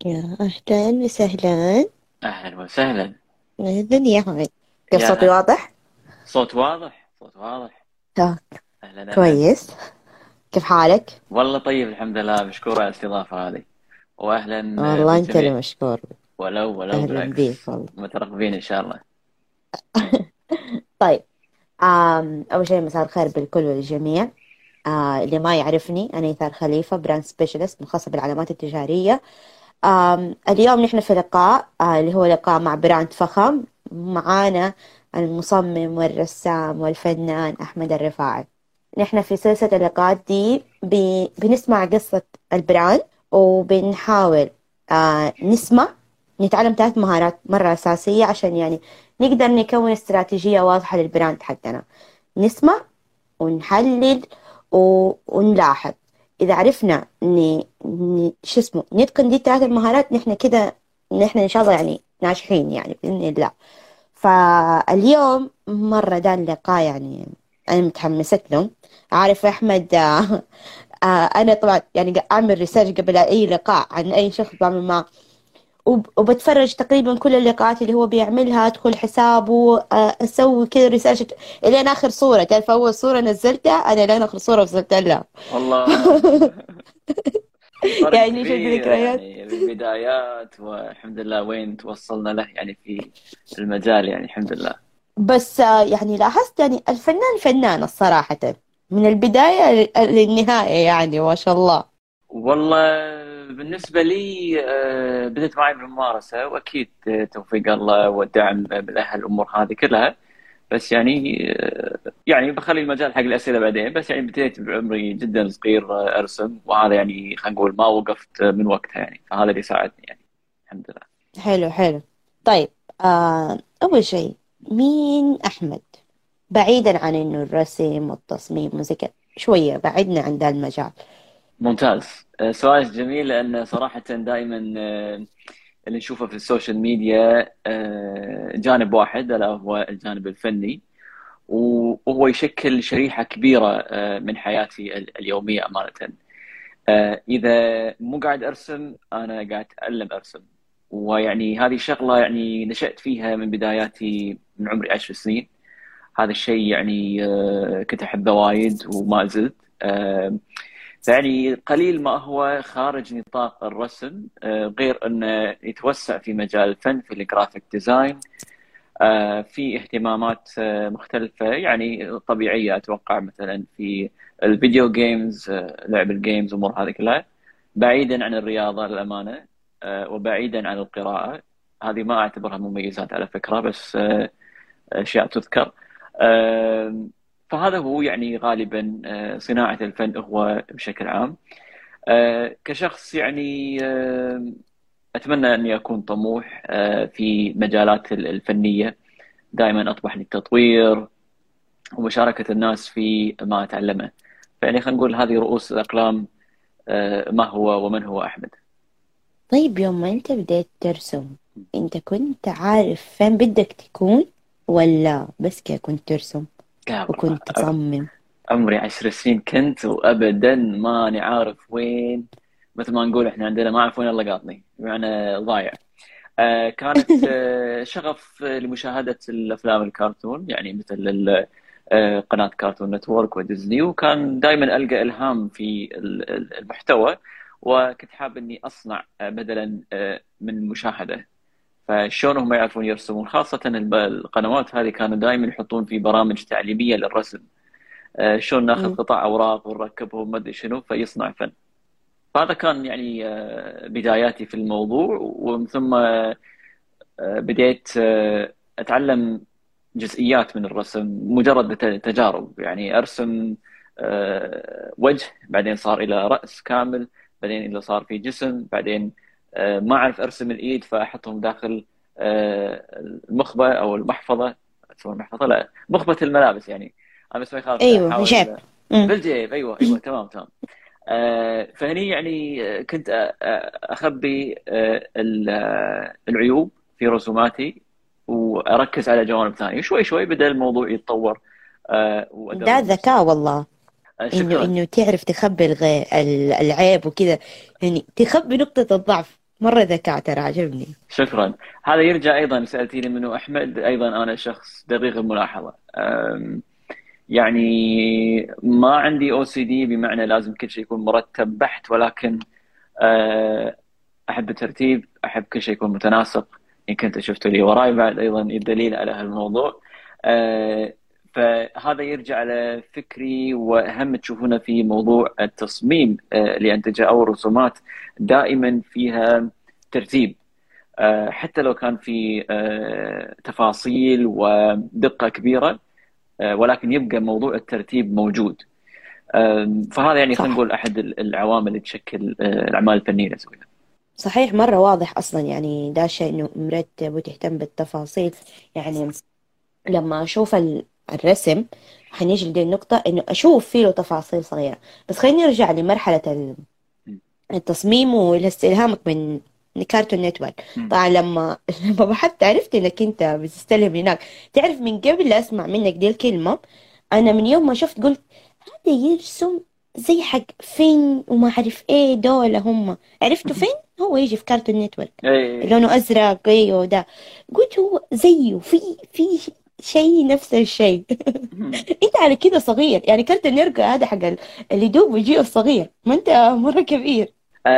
يا أهلا وسهلا. أهلا وسهلا. أهلا يا هاي. كيف يا صوتي هلا. واضح؟ صوت واضح، صوت واضح. آه، أهلا أهلا. كويس. كيف حالك؟ والله طيب الحمد لله، مشكور على الاستضافة هذه. وأهلا والله أنت اللي بالجميع. مشكور. ولو أهلا بيك بالعكس، والله. مترقبين إن شاء الله. طيب. أول شيء مساء الخير بالكل والجميع. اللي ما يعرفني أنا إيثار خليفة، براند سبيشالست مختصة بالعلامات التجارية. اليوم نحن في لقاء اللي هو لقاء مع براند فخم. معانا المصمم والرسام والفنان أحمد الرفاعي. نحن في سلسلة اللقاءات دي بنسمع قصة البراند، وبنحاول نسمع، نتعلم 3 مهارات مرة أساسية عشان يعني نقدر نكون استراتيجية واضحة للبراند حقنا. نسمع ونحلل ونلاحظ. إذا عرفنا شو اسمه نتقن دي ال3 مهارات، نحن كده نحن إن شاء الله يعني ناجحين يعني بإذن الله. فاليوم مرة ده اللقاء يعني أنا متحمسة له. عارف يا أحمد، أنا طبعا يعني أعمل ريسيرش قبل أي لقاء عن أي شخص بعمل معه، وبتفرج تقريبا كل اللقاءات اللي هو بيعملها، ادخل حسابه، اسوي كذا ريسيرش الين اخر صورة. تعرف اول صورة نزلتها انا لين اخر صورة وصلت لها. والله في فرق يعني شفت كبير ذكريات. يعني بالبدايات، والحمد لله وين توصلنا له يعني في المجال، يعني الحمد لله. بس يعني لاحظت يعني الفنان فنان الصراحة، من البداية للنهاية يعني ما شاء الله. والله بالنسبة لي بدأت معي بالممارسة، وأكيد توفيق الله والدعم من أهل الأمور هذه كلها. بس يعني بخلي المجال حق الأسئلة بعدين. بس يعني بديت بعمري جدا صغير أرسم، وهذا يعني خلينا نقول ما وقفت من وقتها، يعني فهذا اللي ساعدني يعني. الحمد لله. حلو حلو. طيب. أول شيء، مين أحمد؟ بعيدا عن إنه الرسم والتصميم وزي كده، شوية بعدنا عن ذا المجال. ممتاز. سؤال جميل، لأن صراحة دائما اللي نشوفه في السوشيال ميديا جانب واحد، ألا هو الجانب الفني. وهو يشكل شريحة كبيرة من حياتي اليومية أمانة. إذا مو قاعد أرسم أنا قاعد أتعلم أرسم. ويعني هذه شغلة يعني نشأت فيها من بداياتي من عمري 10 سنين. هذا الشيء يعني كنت أحبه وايد وما زلت. فيعني قليل ما هو خارج نطاق الرسم، غير أنه يتوسع في مجال الفن في الجرافيك ديزاين. في اهتمامات مختلفة يعني طبيعية، أتوقع مثلا في الفيديو جيمز، لعب الجيمز، أمور هذه كلها. بعيدا عن الرياضة للأمانة، وبعيدا عن القراءة. هذه ما أعتبرها مميزات على فكرة، بس أشياء تذكر. آه، فهذا هو يعني غالبا صناعة الفن هو بشكل عام. كشخص يعني أتمنى أني أكون طموح في مجالات الفنية. دائما أطمح للتطوير ومشاركة الناس في ما أتعلمه. فيعني خلينا نقول هذه رؤوس الأقلام. ما هو ومن هو أحمد. طيب، يوم ما أنت بديت ترسم، أنت كنت عارف فين بدك تكون، ولا بس كده كنت ترسم لا والله، وكنت تصمم؟ عمري 10 سنين كنت، وأبدا ماني عارف وين. مثل ما نقول إحنا عندنا، ما أعرف وين الله قاطني، بمعنى ضايع. كانت شغف لمشاهدة الأفلام الكرتون، يعني مثل قناة كارتون نتورك وديزني. وكان دائما ألقى إلهام في المحتوى، وكنت حاب إني أصنع بدلا من المشاهدة. فشلون هم يعرفون يرسمون، خاصة القنوات هذه كانوا دائما يحطون في برامج تعليمية للرسم. شلون ناخذ مم. قطع أوراق ونركبهم ما أدري شنو فيصنع فن. فهذا كان يعني بداياتي في الموضوع. ومن ثم بديت أتعلم جزئيات من الرسم، مجرد تجارب. يعني أرسم وجه، بعدين صار إلى رأس كامل، بعدين إلى صار في جسم، بعدين ما أعرف أرسم الإيد فأحطهم داخل المخبة أو المحفظة. تسمى المحفظة؟ لا، مخبة الملابس يعني. أنا بس ما يخالف أيوه هشام. أحاول. مم. بالجيب، أيوه أيوه، تمام تمام. فهني يعني كنت أخبي العيوب في رسوماتي، وأركز على جوانب ثانية. شوي شوي بدأ الموضوع يتطور، ده وأدرب نفسي. ذكاء والله. إنه شكرا. تعرف تخبي العيب وكذا، يعني تخبي نقطة الضعف. مرة ذكاء ترى، عجبني. شكرا. هذا يرجع ايضا، سالتيني منه احمد، ايضا انا شخص دقيق الملاحظه. يعني ما عندي او سي دي بمعنى لازم كل شيء يكون مرتب بحت، ولكن أه، احب الترتيب، احب كل شيء يكون متناسق. يمكن انت شفتوا لي وراي بعد ايضا الدليل على هالموضوع. أه، فهذا يرجع لفكري، واهم تشوفونه في موضوع التصميم اللي انتجه او الرسومات، دائما فيها ترتيب. حتى لو كان في تفاصيل ودقة كبيرة، ولكن يبقى موضوع الترتيب موجود. فهذا يعني خلينا صح. نقول أحد العوامل اللي تشكل الأعمال الفنية اللي أسويها. صحيح، مرة واضح أصلا يعني ده شيء إنه مرتب وتهتم بالتفاصيل. يعني لما أشوف الرسم، حنيجي لدي النقطة إنه أشوف فيه له تفاصيل صغيرة. بس خليني نرجع لمرحلة التصميم والاستلهامك من كارتون نتورك. مم. طبعا لما بحثت عرفت إنك أنت بتستلهم هناك. تعرف من قبل لا أسمع منك دي الكلمة، أنا من يوم ما شفت قلت هذا يرسم زي حق فين وما أعرف إيه دول هم. عرفتوا فين؟ هو يجي في كارتون نتورك، إيه. لونه أزرق أيوه ده. قلت هو زيه في شيء نفس الشيء. مم. انت على كده صغير يعني، كارتون نتورك هذا حق اللي دوب يجيه الصغير، ما انت مرة كبير.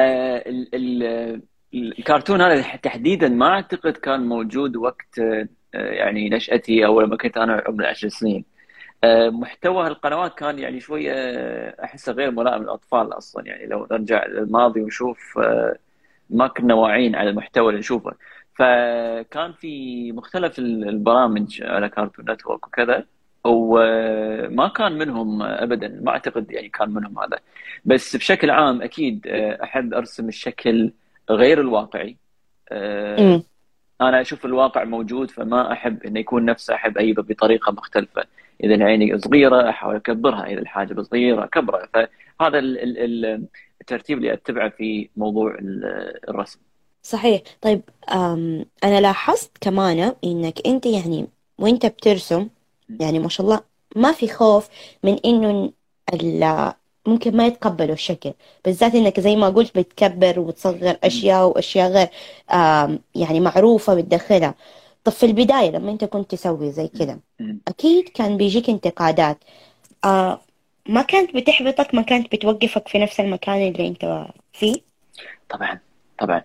الكرتون هذا تحديدا ما أعتقد كان موجود وقت يعني نشأتي، أو لما كنت أنا عمري 10 سنين. محتوى القنوات كان يعني شوية أحسه غير ملائم للأطفال أصلا. يعني لو نرجع للماضي ونشوف، ما كنا واعيين على المحتوى اللي نشوفه. فكان في مختلف البرامج على كارتون نتورك وكذا، وما كان منهم أبدا، ما أعتقد يعني كان منهم هذا. بس بشكل عام أكيد أحب أرسم الشكل غير الواقعي. آه، امم. انا اشوف الواقع موجود، فما احب انه يكون نفسه، احب اجيبه بطريقه مختلفه. اذا العين صغيره احاول اكبرها، اذا الحاجب صغيره اكبرها. فهذا الترتيب اللي اتبعه في موضوع الرسم. صحيح. طيب، انا لاحظت كمان انك انت يعني وانت بترسم، يعني ما شاء الله ما في خوف من انه ممكن ما يتقبلوا الشكل، بالذات انك زي ما قلت بتكبر وتصغر اشياء واشياء غير يعني معروفة بتدخلها. طب في البداية لما انت كنت تسوي زي كده، اكيد كان بيجيك انتقادات. آه ما كانت بتحبطك؟ ما كانت بتوقفك في نفس المكان اللي انت فيه؟ طبعا، طبعا.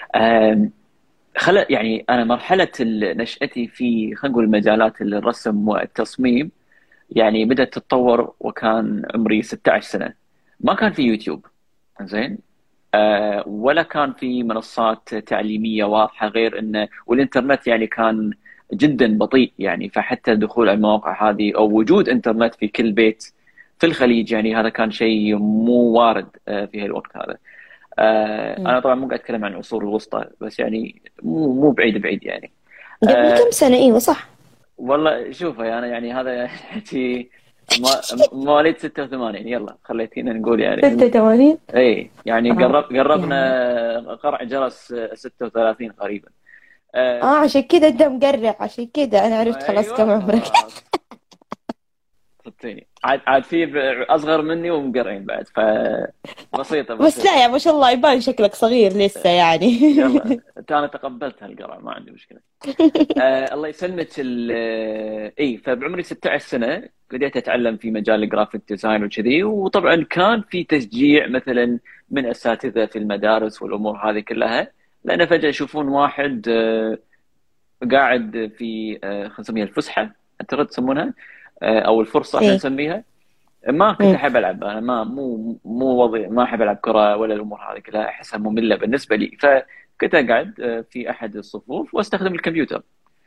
يعني انا مرحله نشاتي في، خلينا نقول، مجالات الرسم والتصميم، يعني بدأت تتطور وكان عمري 16 سنه. ما كان في يوتيوب، زين. ولا كان في منصات تعليمية واضحة، غير انه والانترنت يعني كان جدا بطيء. يعني فحتى الدخول على المواقع هذه او وجود انترنت في كل بيت في الخليج، يعني هذا كان شيء مو وارد في هالوقت هذا. مم. انا طبعا مو قاعد اتكلم عن العصور الوسطى، بس يعني مو بعيد بعيد يعني. قبل آه، كم سنة، ايوه صح. والله شوف، انا يعني هذا حكي مواليد 86، يلا خليتينا نقول يعني. 86. اي يعني يعني قربنا قرع جرس 36 قريبا. آه، عشان كده انت مقرع، عشان كده انا عرفت خلاص ايوه كم عمرك. خلاص. صدقيني، عاد في اصغر مني ومقرعين بعد، فبسيطه بس لا بسيطه. يا ما شاء الله يبان شكلك صغير لسه يعني. يلا، انا تقبلت هالقرع، ما عندي مشكله. الله يسلمك. اي فبعمري 16 سنه بديت اتعلم في مجال الجرافيك ديزاين وكذي. وطبعا كان في تشجيع مثلا من اساتذه في المدارس والامور هذه كلها، لان فجاه يشوفون واحد قاعد في خلينا نسميها الفسحه، اعتقد يسمونها، او الفرصه خلينا ايه. نسميها. ما كنت مم. احب العب، انا مو وضعي، ما احب العب كره ولا الامور هذه كلها، احسها ممله بالنسبه لي. فكنت اقعد في احد الصفوف واستخدم الكمبيوتر.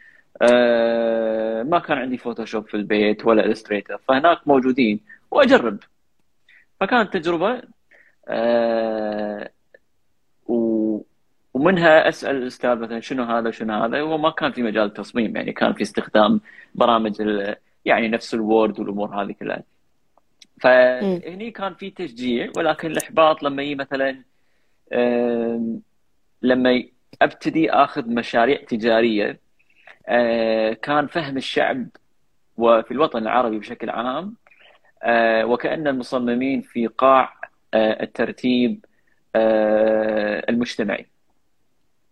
ما كان عندي فوتوشوب في البيت ولا الستريتر، فهناك موجودين واجرب. فكانت تجربه. آه، و ومنها اسال الاستاذ مثلا شنو هذا شنو هذا. هو ما كان في مجال التصميم، يعني كان في استخدام برامج يعني نفس الوورد والامور هذه كلها. مم. فهني كان في تشجيع، ولكن الاحباط لما يجي مثلا لما ابتدي اخذ مشاريع تجاريه. كان فهم الشعب وفي الوطن العربي بشكل عام وكأن المصممين في قاع الترتيب المجتمعي.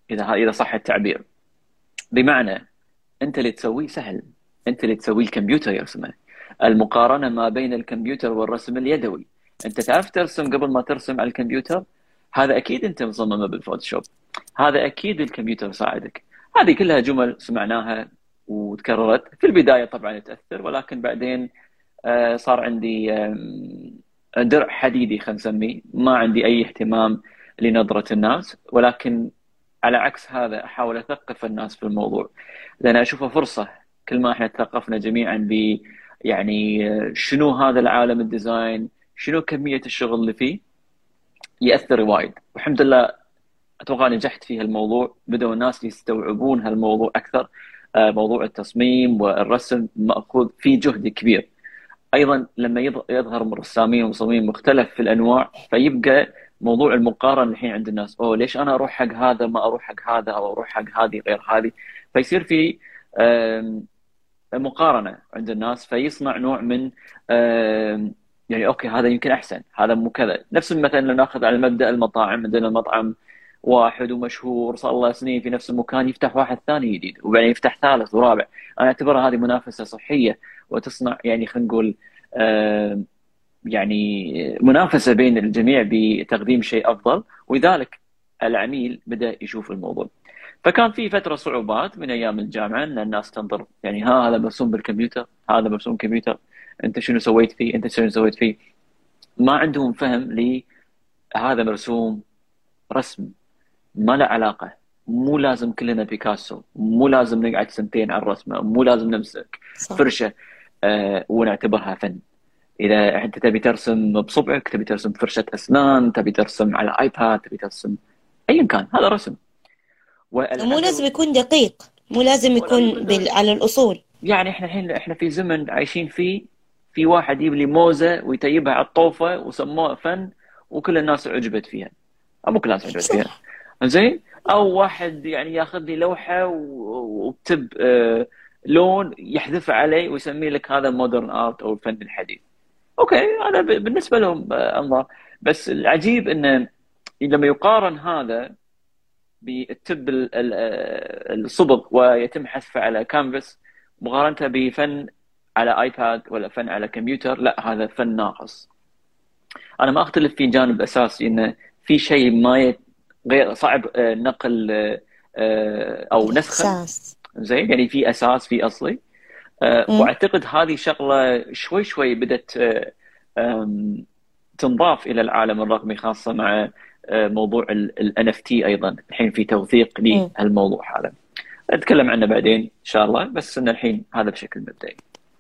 اذا صح التعبير. بمعنى انت اللي تسويه سهل، انت اللي تسويه الكمبيوتر يرسمه. المقارنه ما بين الكمبيوتر والرسم اليدوي، انت تعرف ترسم قبل ما ترسم على الكمبيوتر؟ هذا اكيد انت مصممه بالفوتوشوب، هذا اكيد الكمبيوتر يساعدك. هذه كلها جمل سمعناها وتكررت في البدايه، طبعا تاثر، ولكن بعدين صار عندي درع حديدي، خلينا نسميه، ما عندي اي اهتمام لنظره الناس، ولكن على عكس هذا احاول اثقف الناس في الموضوع، لان اشوفه فرصه. كل ما احنا تثقفنا جميعا يعني شنو هذا العالم الديزاين، شنو كميه الشغل اللي فيه، ياثر وايد. والحمد لله اتوقع نجحت في هالموضوع، بدأوا الناس يستوعبون هالموضوع اكثر. موضوع التصميم والرسم مأخوذ فيه جهد كبير. ايضا لما يظهر رسامين ومصممين مختلف في الانواع، فيبقى موضوع المقارنه الحين عند الناس، اوه ليش انا اروح حق هذا ما اروح حق هذا، او اروح حق هذه غير هذه. فيصير في مقارنه عند الناس، فيصنع نوع من يعني اوكي هذا يمكن احسن، هذا مو كذا. نفس مثلا لو ناخذ على مبدا المطاعم، عندنا مطعم واحد ومشهور صار له سنين في نفس المكان، يفتح واحد ثاني جديد، وبعدين يفتح ثالث ورابع. انا اعتبرها هذه منافسه صحيه، وتصنع يعني خلينا نقول يعني منافسه بين الجميع بتقديم شيء افضل، ولذلك العميل بدا يشوف الموضوع. فكان في فتره صعوبات من ايام الجامعه، ان الناس تنظر يعني هذا مرسوم بالكمبيوتر، هذا مرسوم كمبيوتر، انت شنو سويت فيه، انت شنو سويت فيه. ما عندهم فهم هذا مرسوم رسم، ما له علاقه. مو لازم كلنا بيكاسو، مو لازم نقعد سنتين على الرسمه، مو لازم نمسك صح. فرشه ونعتبرها فن. اذا انت تبي ترسم بصبعك، تبي ترسم فرشه اسنان، تبي ترسم على ايباد، تبي ترسم ايا كان، هذا رسم. ومو لازم والحمد يكون دقيق، مو لازم لله لازم يكون يكون دقيق. على الأصول. يعني احنا الحين في زمن عايشين فيه، في واحد يجيب لي موزه ويتيبها على الطوفه وسموها فن، وكل الناس عجبت فيها. أو مو كل الناس عجبت فيها، صح. زين. او واحد يعني ياخذ لي لوحه وكتب لون يحذف عليه ويسمي لك هذا مودرن ارت او الفن الحديث. اوكي، انا بالنسبه لهم انظار. بس العجيب انه لما يقارن هذا بالتب الصبغ ويتم حذفه على كانفاس، مقارنته بفن على ايباد ولا فن على كمبيوتر، لا هذا فن ناقص. انا ما اختلف في جانب اساسي، انه في شيء ما غير صعب نقل او نسخه، الإحساس. زين، يعني في اساس، في اصلي. مم. واعتقد هذه شغله شوي شوي بدت تنضاف الى العالم الرقمي، خاصه مع موضوع ال NFT. ايضا الحين في توثيق مم. لهالموضوع هذا، نتكلم عنه بعدين ان شاء الله، بس ان الحين هذا بشكل مبدئي.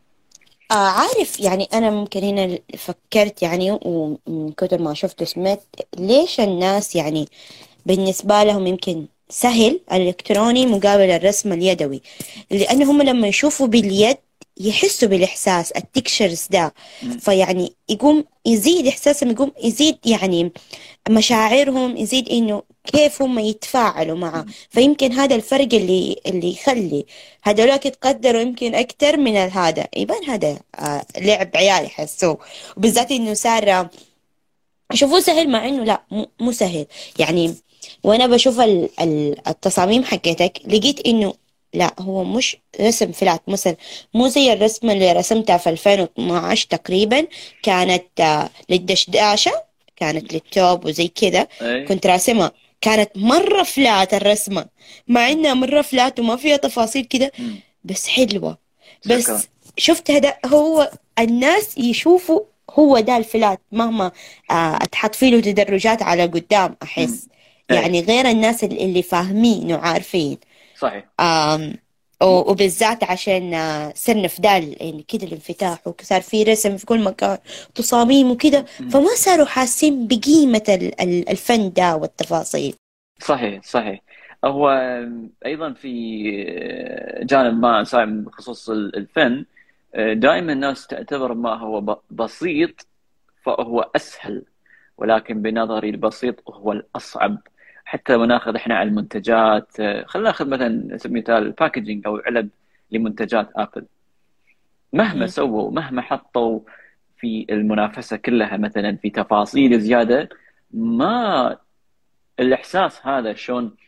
عارف، يعني أنا ممكن هنا فكرت يعني، ومن كتر ما شفت وسمعت ليش الناس يعني بالنسبة لهم يمكن سهل الإلكتروني مقابل الرسم اليدوي، لأنه هم لما يشوفوا باليد يحسوا بالإحساس التكشرز ده، فيعني يقوم يزيد إحساسهم، يقوم يزيد يعني مشاعرهم، يزيد إنه كيف هم يتفاعلوا معه. فيمكن هذا الفرق اللي يخلي هذولاك يتقدروا يمكن أكتر من هذا. يبان هذا لعب عيال يحسوه، وبالذات إنه صار يشوفوه سهل، مع إنه لا، مو سهل يعني. وانا بشوف التصاميم حقتك، لقيت انه لا، هو مش رسم فلات مثلا، مو زي الرسمة اللي رسمتها في 2012 تقريبا، كانت للدشداشة، كانت للتوب وزي كذا. اي، كنت راسمها، كانت مرة فلات الرسمة، مع انها مرة فلات وما فيها تفاصيل كذا، بس حلوة. شكرا. بس شفت هذا هو الناس يشوفوا، هو ده الفلات مهما اتحط فيه له تدرجات على قدام، احس اي، يعني غير الناس اللي فاهمين وعارفين. صحيح. آم وبالذات عشان صرنا في دال يعني كده الانفتاح، وصار في رسم في كل مكان، تصاميم وكده، فما صاروا حاسين بقيمة الفن ده والتفاصيل. صحيح، صحيح. هو ايضا في جانب ما صار بخصوص الفن، دائما الناس تعتبر ما هو بسيط فهو اسهل، ولكن بنظري البسيط هو الاصعب. حتى لو ناخذ احنا على المنتجات، خلينا ناخذ مثلا على سبيل المثال الباكجينج او علب لمنتجات ابل. مهما مم. سووا، مهما حطوا في المنافسه كلها مثلا في تفاصيل زياده، ما الاحساس هذا شلون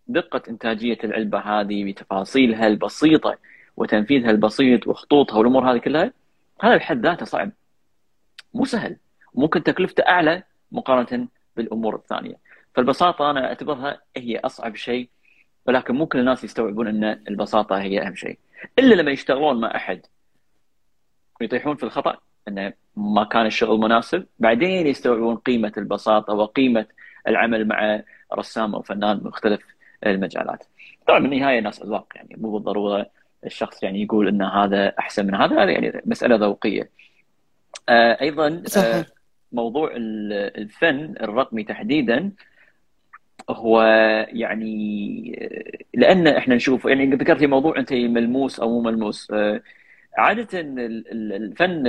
دقة إنتاجية العلبة هذه بتفاصيلها البسيطة وتنفيذها البسيط وخطوطها والأمور هذه كلها، هذا بحد ذاته صعب، مو سهل، ممكن تكلفته أعلى مقارنة بالأمور الثانية. فالبساطة أنا أعتبرها هي أصعب شيء، ولكن ممكن الناس يستوعبون أن البساطة هي أهم شيء، إلا لما يشتغلون مع أحد ويطيحون في الخطأ أنه ما كان الشغل مناسب، بعدين يستوعبون قيمة البساطة وقيمة العمل مع رسام أو فنان من مختلف المجالات. طبعا بالنهاية الناس أذواق، يعني مو بالضرورة الشخص يعني يقول أن هذا أحسن من هذا، هذا يعني مسألة ذوقية. أيضا صحيح. موضوع الفن الرقمي تحديدا، هو يعني لأن إحنا نشوف، يعني ذكرتي موضوع أنت ملموس أو مو ملموس. عادة الفن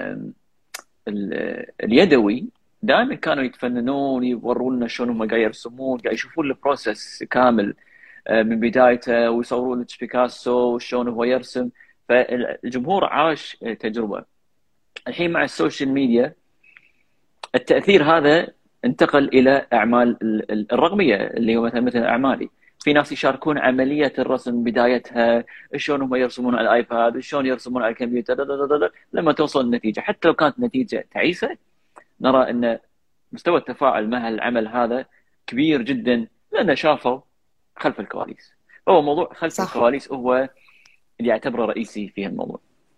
اليدوي دائما كانوا يتفننون يورون لنا شلون هم قاعد يرسمون، قاعد يشوفون البروسيس كامل من بدايته، ويصورون لك بيكاسو وشلون هو يرسم، فالجمهور عاش تجربة. الحين مع السوشيال ميديا التأثير هذا انتقل إلى أعمال الرقمية اللي هو مثل أعمالي، في ناس يشاركون عملية الرسم بدايتها، شلون هم يرسمون على الآيباد، شلون يرسمون على الكمبيوتر، لما توصل النتيجة. حتى لو كانت نتيجة تعيسة، نرى أن مستوى التفاعل مع العمل هذا كبير جدا، لأن شافوا خلف الكواليس. هو موضوع خلف صح. الكواليس هو اللي يعتبره رئيسي في الموضوع.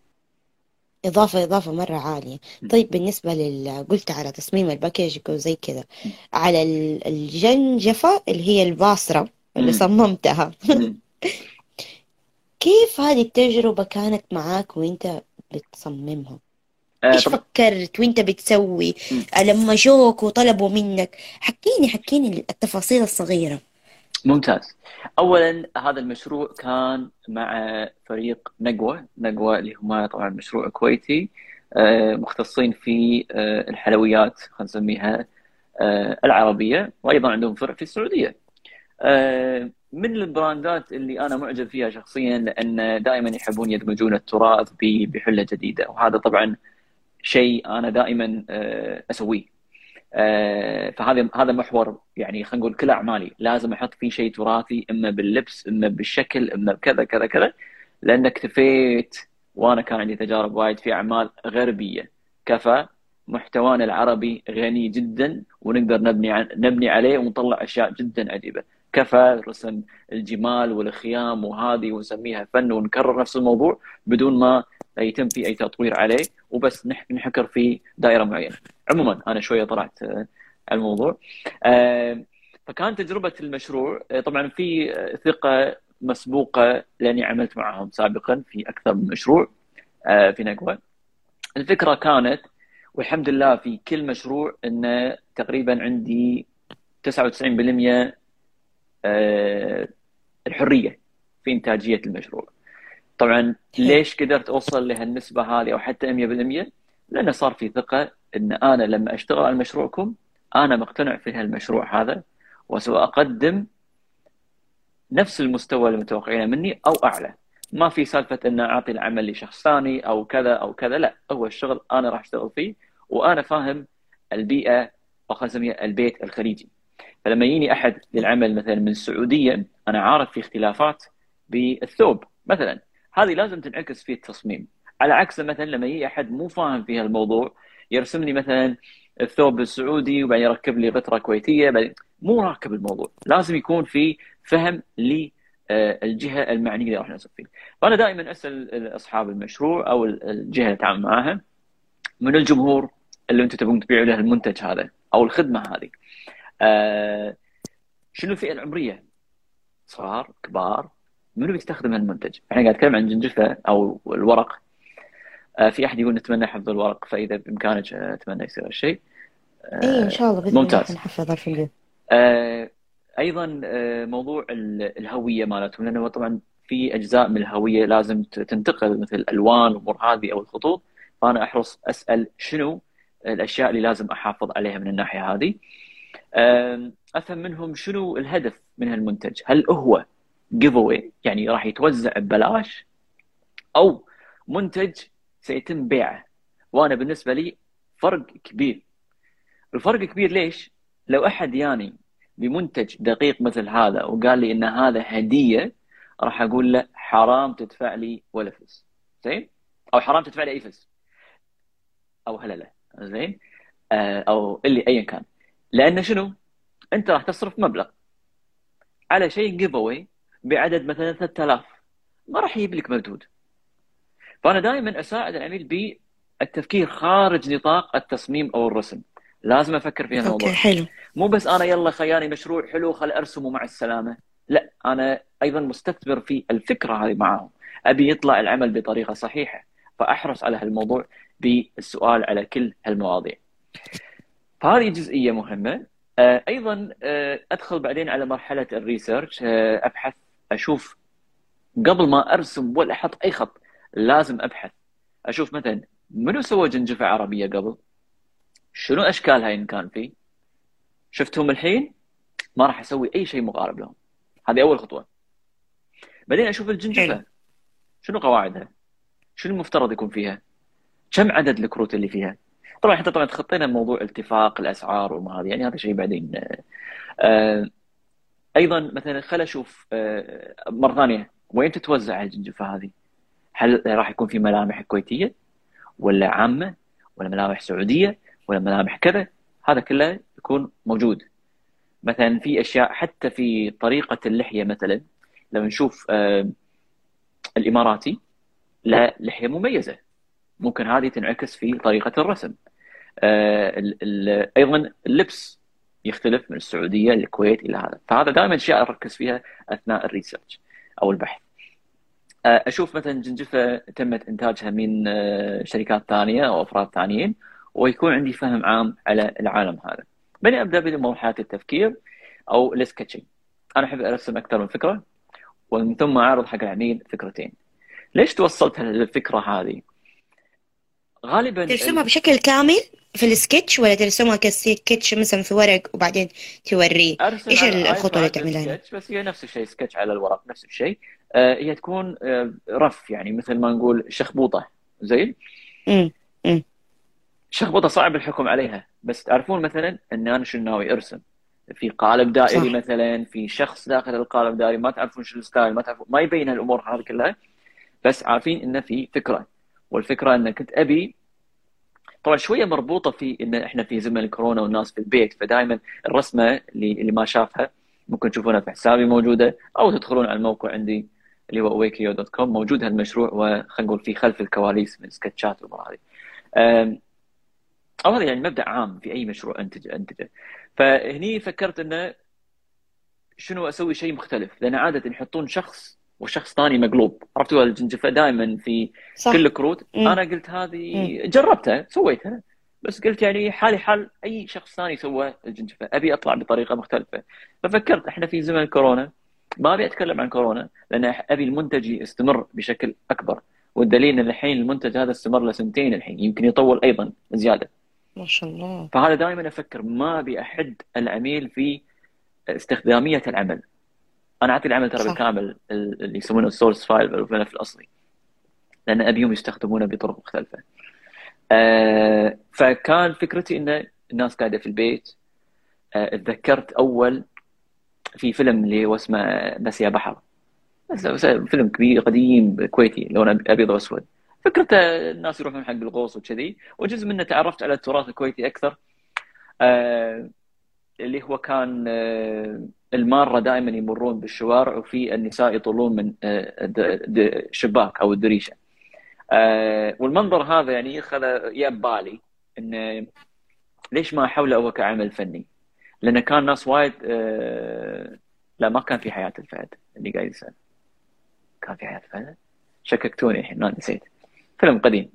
إضافة مرة عالية. طيب بالنسبة قلت على تصميم الباكيج وزي كذا، على الجنجفة اللي هي الباصرة اللي صممتها، كيف هذه التجربة كانت معاك وانت بتصممها؟ ايش طبعا. فكرت وانت بتسوي لما جوك وطلبوا منك؟ حكيني التفاصيل الصغيرة. ممتاز. اولا هذا المشروع كان مع فريق نقوة اللي هم طبعا مشروع كويتي مختصين في الحلويات، خلينا نسميها العربية، وايضا عندهم فرع في السعودية. من البراندات اللي انا معجب فيها شخصيا، لان دائما يحبون يدمجون التراث بحلة جديدة، وهذا طبعا شيء انا دائما اسويه. فهذا محور، يعني خلينا نقول كل اعمالي لازم احط فيه شيء تراثي، اما باللبس اما بالشكل اما بكذا كذا كذا، لان اكتفيت وانا كان عندي تجارب وايد في اعمال غربيه، كفى محتوانا العربي غني جدا ونقدر نبني عليه ونطلع اشياء جدا عجيبه. كفى رسم الجمال والخيام وهذه ونسميها فن ونكرر نفس الموضوع بدون ما يتم فيه اي تطوير عليه، وبس نحكر في دائره معينه. عموما انا شويه طلعت على الموضوع. فكان تجربه المشروع طبعا في ثقه مسبوقه، لاني عملت معهم سابقا في اكثر من مشروع في نقوه. الفكره كانت، والحمد لله في كل مشروع انه تقريبا عندي 99% الحريه في انتاجيه المشروع. طبعا ليش قدرت اوصل لهالنسبه هذه او حتى 100%؟ لانه صار في ثقه ان انا لما اشتغل على مشروعكم انا مقتنع في هالمشروع هذا، وسأقدم نفس المستوى اللي متوقعينه مني او اعلى. ما في سالفه ان اعطي العمل لشخص ثاني او كذا او كذا، لا، هو الشغل انا راح اشتغل فيه، وانا فاهم البيئه، او خلينا نسميها البيت الخليجي. فلما يجيني احد للعمل مثلا من السعوديه، انا عارف في اختلافات بالثوب مثلا، هذه لازم تنعكس في التصميم. على عكس مثلا لما يجي احد مو فاهم في هالموضوع يرسم لي مثلا الثوب السعودي وبعدين يركب لي غتره كويتيه، بعدين مو راكب الموضوع. لازم يكون في فهم للجهه المعنيه اللي راح نرسم فيه. فانا دائما اسال اصحاب المشروع او الجهه اللي اتعامل معاها، من الجمهور اللي انتم تبون تبيعوا له المنتج هذا او الخدمه هذه، شنو الفئه العمريه؟ صغار، كبار، منو بيستخدم هالمنتج؟ احنا قاعد نتكلم عن جنجفه او الورق. في احد يقول نتمنى حفظ الورق، فاذا بامكانك اتمنى يصير هالشيء. ايه ان شاء الله باذن الله ممتاز. حنحفظ الفيديو. ايضا موضوع الهويه مالتهم، لانه طبعا في اجزاء من الهويه لازم تنتقل، مثل الالوان والامور هذه او الخطوط، فانا احرص اسال شنو الاشياء اللي لازم احافظ عليها من الناحيه هذه. افهم منهم شنو الهدف من هالمنتج، هل هو جيف اواي يعني راح يتوزع ببلاش، او منتج سيتم بيعه. وانا بالنسبه لي فرق كبير. الفرق كبير ليش؟ لو احد يعني بمنتج دقيق مثل هذا وقال لي ان هذا هديه، راح اقول له حرام تدفع لي ولا فلس، زين، او حرام تدفع لي اي فلس، او هلا لا، زين، او اللي ايا كان. لان شنو؟ انت راح تصرف مبلغ على شيء جيف اواي بعدد مثلا 3000، ما راح يجيب لك مردود. فانا دائما اساعد العميل بالتفكير خارج نطاق التصميم او الرسم. لازم افكر في اوكي، الموضوع، حلو. مو بس انا يلا خياني مشروع حلو خل ارسمه مع السلامه، لا، انا ايضا مستثمر في الفكره هذه معهم، ابي يطلع العمل بطريقه صحيحه، فاحرص على هالموضوع بالسؤال على كل هالمواضيع. فهذه جزئيه مهمه. ايضا ادخل بعدين على مرحله الريسيرش، ابحث، اشوف قبل ما ارسم ولا احط اي خط، لازم ابحث اشوف مثلا منو سوى جنجفه عربيه قبل، شنو اشكالها ان كان في، شفتهم الحين، ما راح اسوي اي شيء مقارب لهم. هذه اول خطوه. بعدين اشوف حلو. الجنجفه شنو قواعدها، شنو المفترض يكون فيها، كم عدد الكروت اللي فيها. طبعا احنا طبعا تخطينا موضوع اتفاق الاسعار وما هذه، يعني هذا شيء بعدين. آه، ايضا مثلا خل اشوف مره ثانيه وين تتوزع الجنجفه هذه، هل راح يكون في ملامح كويتيه ولا عامه ولا ملامح سعوديه ولا ملامح كذا، هذا كله يكون موجود. مثلا في اشياء حتى في طريقه اللحيه، مثلا لو نشوف الاماراتي له لحيه مميزه، ممكن هذه تنعكس في طريقه الرسم. ايضا اللبس يختلف من السعوديه للكويت الى هذا، فهذا دائما اشياء اركز فيها اثناء الريسيرش او البحث. اشوف مثلا جنجفه تمت انتاجها من شركات ثانيه او افراد ثانيين، ويكون عندي فهم عام على العالم هذا. بعدين ابدا بمرحله التفكير او السكتشنج. انا احب ارسم اكثر من فكره، ومن ثم اعرض حق العميل فكرتين. ليش توصلت للفكره هذه؟ غالبا ترسمها بشكل كامل في السكتش، ولا ترسمها كسكتش مثلا في ورق وبعدين توريه؟ ارسم ايش على الخطوة اللي الايباد تعملها هنا؟ سكتش، بس هي نفس الشيء، سكتش على الورق نفس الشيء. هي تكون رف، يعني مثل ما نقول شخبوطه، زين. امم. امم. شخبطه صعب الحكم عليها، بس تعرفون مثلا ان انا شنو ناوي ارسم. في قالب دائري صح. مثلا، في شخص داخل القالب الدائري، ما تعرفون شنو الستايل، ما تعرفون، ما يبين هالامور هذه كلها، بس عارفين انه في فكره. والفكره ان كنت ابي، طبعا شويه مربوطه في ان احنا في زمن الكورونا والناس في البيت، فدائما الرسمه اللي ما شافها ممكن تشوفونها في حسابي موجوده، او تدخلون على الموقع عندي اللي هو awakio.com، موجود هالمشروع، وخلينا نقول في خلف الكواليس من سكتشات والامور هذه. او هذا يعني مبدأ عام في اي مشروع انتجه. فهني فكرت انه شنو اسوي شيء مختلف، لان عاده يحطون شخص وشخص ثاني مقلوب، عرفتوا الجنجفه دائما في كل صح. الكروت. امم. انا قلت امم. هذه جربتها سويتها، بس قلت يعني حالي حال اي شخص ثاني سوى الجنجفه، ابي اطلع بطريقه مختلفه. ففكرت احنا في زمن الكورونا، ما ابي اتكلم عن كورونا لان ابي المنتج يستمر بشكل اكبر، والدليل ان الحين المنتج هذا استمر له سنتين الحين، يمكن يطول ايضا زياده. ما شاء الله. فهذا دائما افكر، ما ابي احد العميل في استخداميه العمل. انا اعطي العمل ترى صح. بالكامل اللي يسمونه السورس فايل او الملف الاصلي، لان ابيهم يستخدمونه بطرق مختلفه. فكان فكرتي ان الناس قاعده في البيت. تذكرت اول في فيلم اللي هو اسمه بس يا بحر، فيلم كبير قديم كويتي لونه ابيض واسود. فكرته الناس يروحون حق الغوص وكذي، وجزء منه تعرفت على التراث الكويتي اكثر. آه، اللي هو كان المارة دائما يمرون بالشوارع، وفي النساء يطلون من شباك أو الدريشة. والمنظر هذا يعني خذ بالي إنه ليش ما أحوله هو كعمل فني، لأن كان ناس وايد لا، ما كان في حياة الفهد اللي قاعد يسأل. كان في حياة الفهد، شككتوني الحين، أنا نسيت. فيلم قديم،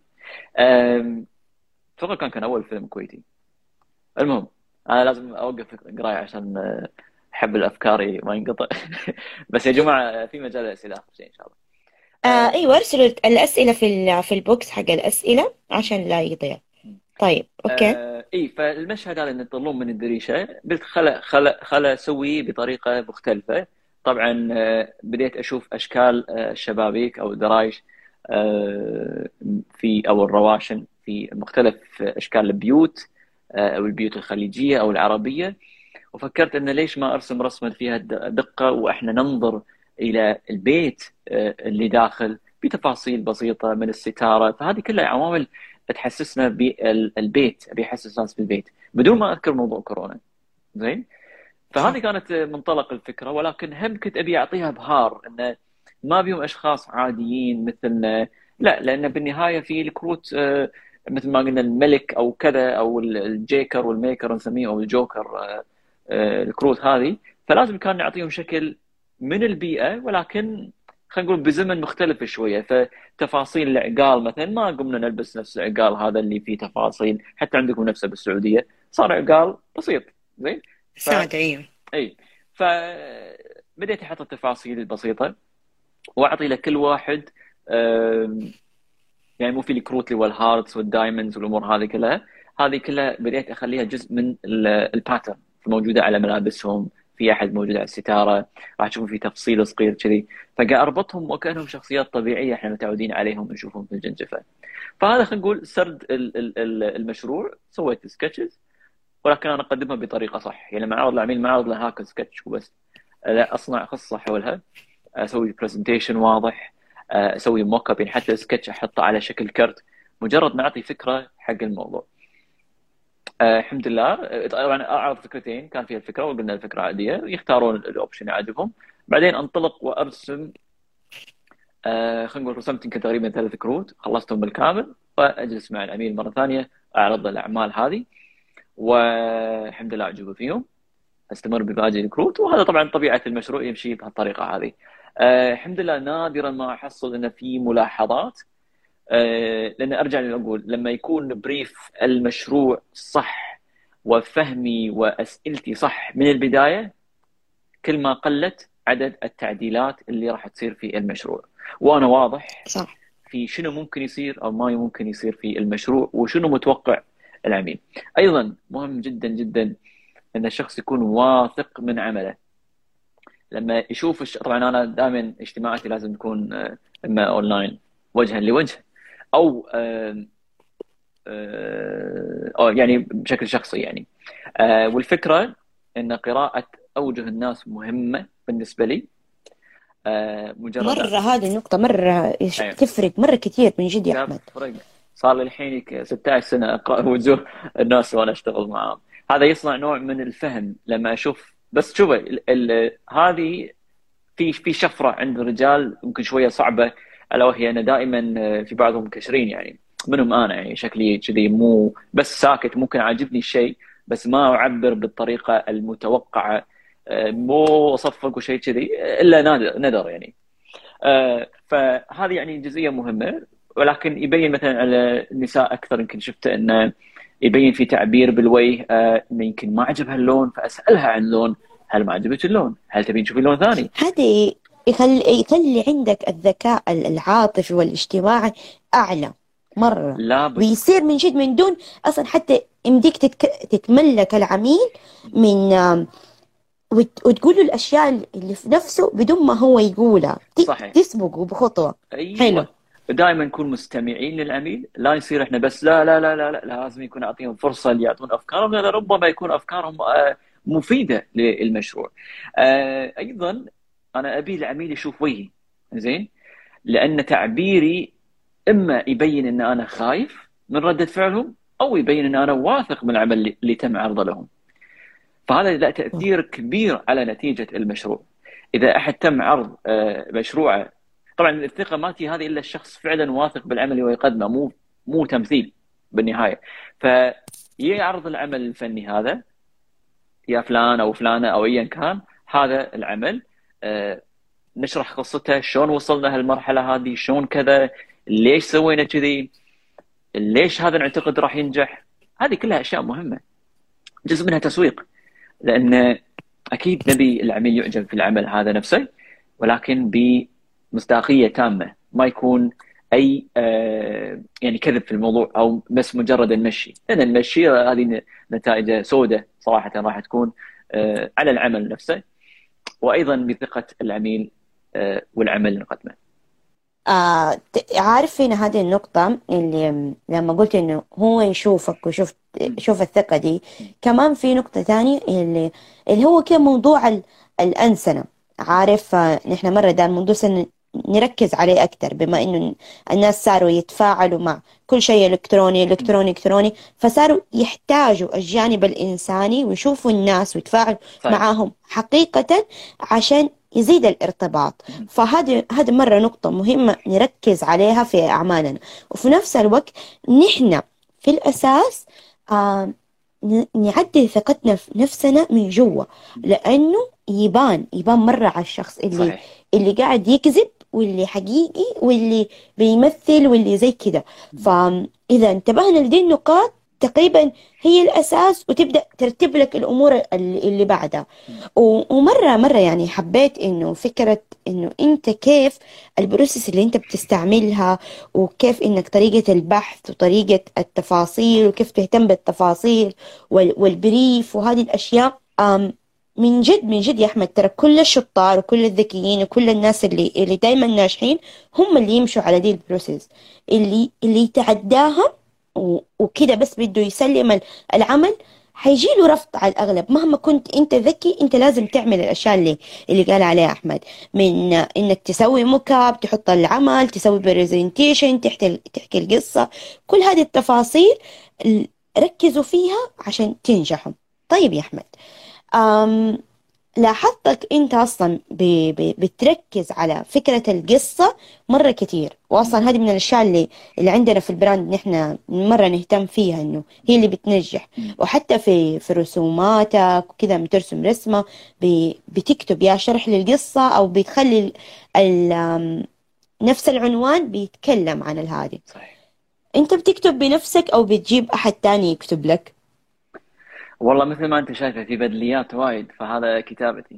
أتوقع كان أول فيلم كويتي. المهم، انا لازم اوقف قرايه عشان احب الافكار ما ينقطع. بس يا جماعه في مجال الاسئله اخر شيء ان شاء الله. ايوه، ارسلوا الاسئله في البوكس حق الاسئله عشان لا يضيع. طيب، اوكي. اي، فالمشهد هذا ان يطلون من الدريشه، قلت خل اسويه بطريقه مختلفه. طبعا بديت اشوف اشكال الشبابيك او الدرايش في او الرواشن في مختلف اشكال البيوت، او البيوت الخليجيه او العربيه. وفكرت أن ليش ما أرسم رسمة فيها دقة وإحنا ننظر إلى البيت اللي داخل بتفاصيل بسيطة من الستارة. فهذه كلها عوامل تحسسنا بالبيت، بيحسس الناس بالبيت بدون ما أذكر موضوع كورونا. زين. فهذه صح. كانت منطلق الفكرة، ولكن هم كنت أبي أعطيها بهار أنه ما بيهم أشخاص عاديين مثلنا، لا، لأن بالنهاية في الكروت مثل ما قلنا الملك أو كذا، أو الجيكر والميكر نسميه، أو الجوكر، الكروت هذه، فلازم كان نعطيهم شكل من البيئة، ولكن خلينا نقول بزمن مختلف شوية. فتفاصيل العقال مثلا ما قمنا نلبس نفس العقال هذا اللي فيه تفاصيل، حتى عندكم نفسه بالسعودية صار عقال بسيط. زين. ف سعد، أيوه. اي فبديت احط التفاصيل البسيطه، واعطي لكل واحد يعني مو في الكروت اللي هو الهاردز والدايموندز والامور هذه كلها، هذه كلها بديت اخليها جزء من الباترن الموجوده على ملابسهم. في احد موجود على الستاره، راح تشوفون في تفصيل صغير كذي، فقاعد اربطهم وكانهم شخصيات طبيعيه احنا متعودين عليهم نشوفهم في الجنجفه. فهذا خلينا نقول سرد المشروع. سويت سكتشز، ولكن انا اقدمها بطريقه صح. يعني لما اعرض العميل ما اعرض له هاك سكتش وبس، لا، اصنع قصه حولها، اسوي برزنتيشن واضح، اسوي موك اب، يعني حتى السكتش احطه على شكل كرت، مجرد نعطي فكره حق الموضوع. الحمد لله. طبعا اعرض فكرتين، كان فيها الفكره وقلنا الفكره عاديه، يختارون الاوبشن اللي يعجبهم. بعدين انطلق وارسم. خلينا نقول رسمت يمكن تقريبا 3 كروت، خلصتهم بالكامل، واجلس مع العميل مره ثانيه اعرض له الاعمال هذه، والحمد لله اعجبه فيهم، استمر بباقي الكروت. وهذا طبعا طبيعه المشروع يمشي بهالطريقه هذه. الحمد لله نادرا ما احصل ان في ملاحظات، لان ارجع اقول لما يكون بريف المشروع صح وفهمي واسئلتي صح من البدايه، كل ما قلت عدد التعديلات اللي راح تصير في المشروع، وانا واضح صح. في شنو ممكن يصير او ما ممكن يصير في المشروع، وشنو متوقع العميل. ايضا مهم جدا جدا ان الشخص يكون واثق من عمله. لما يشوف طبعا انا دائما اجتماعاتي لازم تكون اما اونلاين وجها لوجه، او أو يعني بشكل شخصي يعني. والفكره ان قراءه اوجه الناس مهمه بالنسبه لي. مجرد مرة هذه النقطة مرة أيوة. تفرق مرة كثير من جد يا أحمد. فرق. صار لي الحين 16 سنه اقرا وجوه الناس وانا اشتغل معاهم. هذا يصنع نوع من الفهم. لما اشوف بس شوف هذه في شفره عند الرجال ممكن شويه صعبه، الا وهي انا دائما في بعضهم مكشرين، يعني منهم انا، يعني شكلي كذي مو بس ساكت، ممكن عاجبني الشيء بس ما اعبر بالطريقه المتوقعه، مو اصفق وشيء كذي، الا نادر يعني. فهذه يعني جزئيه مهمه. ولكن يبين مثلا على النساء اكثر، يمكن شفته انه يبين في تعبير بالوجه، انه يمكن ما عجبها اللون، فاسالها عن اللون، هل ما عجبك اللون؟ هل تبين تشوفي لون ثاني؟ هذه يخلي عندك الذكاء العاطفي والاجتماعي أعلى مرة، لابد. ويصير من جد من دون أصلا حتى يمديك تتملك العميل من وتقول له الأشياء اللي في نفسه بدون ما هو يقولها، صحيح. تسبقه بخطوة. حلو. ايوه. دائما نكون مستمعين للعميل، لا يصير احنا بس لا لا لا لا, لا. لازم يكون اعطيهم فرصه ليعطون افكارهم، لان ربما يكون افكارهم مفيده للمشروع. ايضا انا ابي العميل يشوف وجهي، زين، لان تعبيري اما يبين ان انا خايف من رده فعلهم، او يبين ان انا واثق من العمل اللي تم عرضه لهم. فهذا له تاثير كبير على نتيجه المشروع. اذا احد تم عرض مشروعه، طبعا الثقه ما تجي هذه الا الشخص فعلا واثق بالعمل اللي هو يقدمه، مو تمثيل بالنهايه. فيعرض العمل الفني هذا، يا فلان او فلانه او ايا كان، هذا العمل نشرح قصته، شلون وصلنا هالمرحله هذه، شلون كذا، ليش سوينا كذي، ليش هذا نعتقد راح ينجح. هذه كلها اشياء مهمه، جزء منها تسويق، لان اكيد نبي العميل يعجب في العمل هذا نفسه، ولكن بمصداقيه تامه، ما يكون اي يعني كذب في الموضوع، او بس مجرد نمشي، لان المشي هذه نتائجه سوداء صراحه راح تكون على العمل نفسه، وايضا بثقه العميل والعمل اللي نقدمه. عارف هنا هذه النقطة اللي لما قلت إنه هو يشوفك ويشوف شوف الثقة دي. كمان في نقطة تانية اللي هو كده موضوع الأنسنة. عارف نحن مرة ده الموضوع نركز عليه أكتر، بما إنه الناس صاروا يتفاعلوا مع كل شيء إلكتروني إلكتروني إلكتروني، فصاروا يحتاجوا الجانب الإنساني ويشوفوا الناس ويتفاعلوا صحيح. معاهم حقيقة عشان يزيد الارتباط. فهذه مرة نقطة مهمة نركز عليها في أعمالنا. وفي نفس الوقت نحن في الأساس نعدل ثقتنا في نفسنا من جوا، لأنه يبان مرة على الشخص صحيح. اللي قاعد يكذب واللي حقيقي واللي بيمثل واللي زي كده. فإذا انتبهنا لدي النقاط تقريبا هي الأساس، وتبدأ ترتب لك الأمور اللي بعدها. ومرة يعني حبيت إنه فكرة إنه أنت كيف البروسيس اللي أنت بتستعملها، وكيف إنك طريقة البحث وطريقة التفاصيل وكيف تهتم بالتفاصيل والبريف وهذه الأشياء. من جد يا أحمد، ترى كل الشطار وكل الذكيين وكل الناس اللي دايما ناجحين هم اللي يمشوا على دي البروسيس. اللي يتعداها وكده بس بده يسلم العمل، حيجي له رفض على الأغلب. مهما كنت أنت ذكي، أنت لازم تعمل الأشياء اللي قال عليها أحمد، من إنك تسوي موك اب، تحط العمل، تسوي برزنتيشن، تحكي القصة. كل هذه التفاصيل ركزوا فيها عشان تنجحوا. طيب يا أحمد، أم لاحظتك انت اصلا بتركز على فكرة القصة مرة كتير، واصلا هذه من الاشياء اللي عندنا في البراند نحن مرة نهتم فيها، انه هي اللي بتنجح. وحتى في رسوماتك وكذا بترسم رسمة بتكتب يا شرح للقصة، او بتخلي نفس العنوان بيتكلم عن هذه. صحيح. انت بتكتب بنفسك او بتجيب احد تاني يكتب لك؟ والله مثل ما انت شايفه في بدليات وايد، فهذا كتابتي.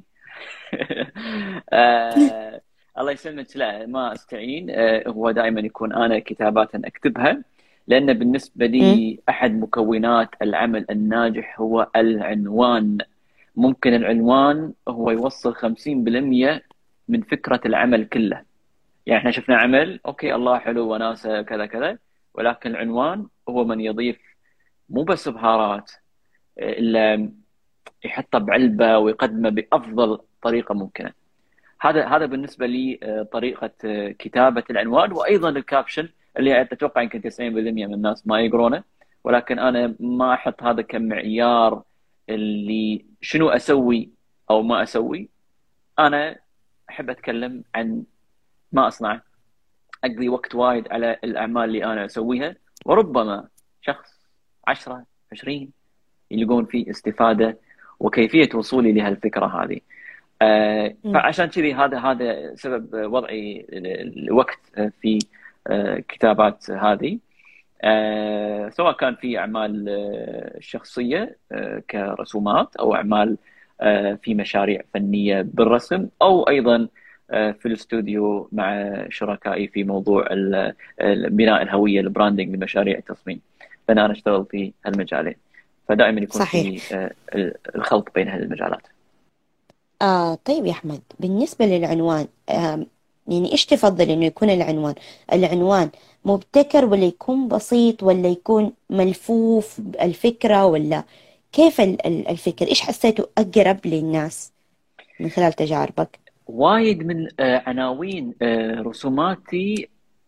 الله يسلمك. لا ما استعين، هو دائما يكون انا كتابات اكتبها، لان بالنسبه مم. لي احد مكونات العمل الناجح هو العنوان. ممكن العنوان هو يوصل 50% من فكره العمل كله. يعني احنا شفنا عمل اوكي الله حلو وناسه كذا كذا، ولكن العنوان هو من يضيف مو بس بهارات، الا يحطه بعلبه ويقدمه بافضل طريقه ممكنه. هذا بالنسبه لي طريقه كتابه العنوان، وايضا الكابشن اللي اتوقع يمكن 90% من الناس ما يقرونه، ولكن انا ما احط هذا كمعيار اللي شنو اسوي او ما اسوي. انا احب اتكلم عن ما اصنعه، اقضي وقت وايد على الاعمال اللي انا اسويها، وربما شخص 10 20 يلقون فيه استفاده وكيفيه وصولي لهالفكره هذه. مم. فعشان كذي هذا سبب وضعي الوقت في كتابات هذه، سواء كان في أعمال شخصية كرسومات، أو أعمال في مشاريع فنية بالرسم، أو أيضا في الاستوديو مع شركائي في موضوع بناء الهوية، البراندنج لمشاريع التصميم. فأنا أشتغل في هالمجالين، فدائما يكون صحيح. في الخلط بين هالمجالات. طيب يا أحمد، بالنسبة للعنوان، يعني إيش تفضل إنه يكون العنوان مبتكر، ولا يكون بسيط، ولا يكون ملفوف الفكرة، ولا كيف الفكر؟ إيش حسيته أقرب للناس من خلال تجاربك؟ وايد من عناوين رسوماتي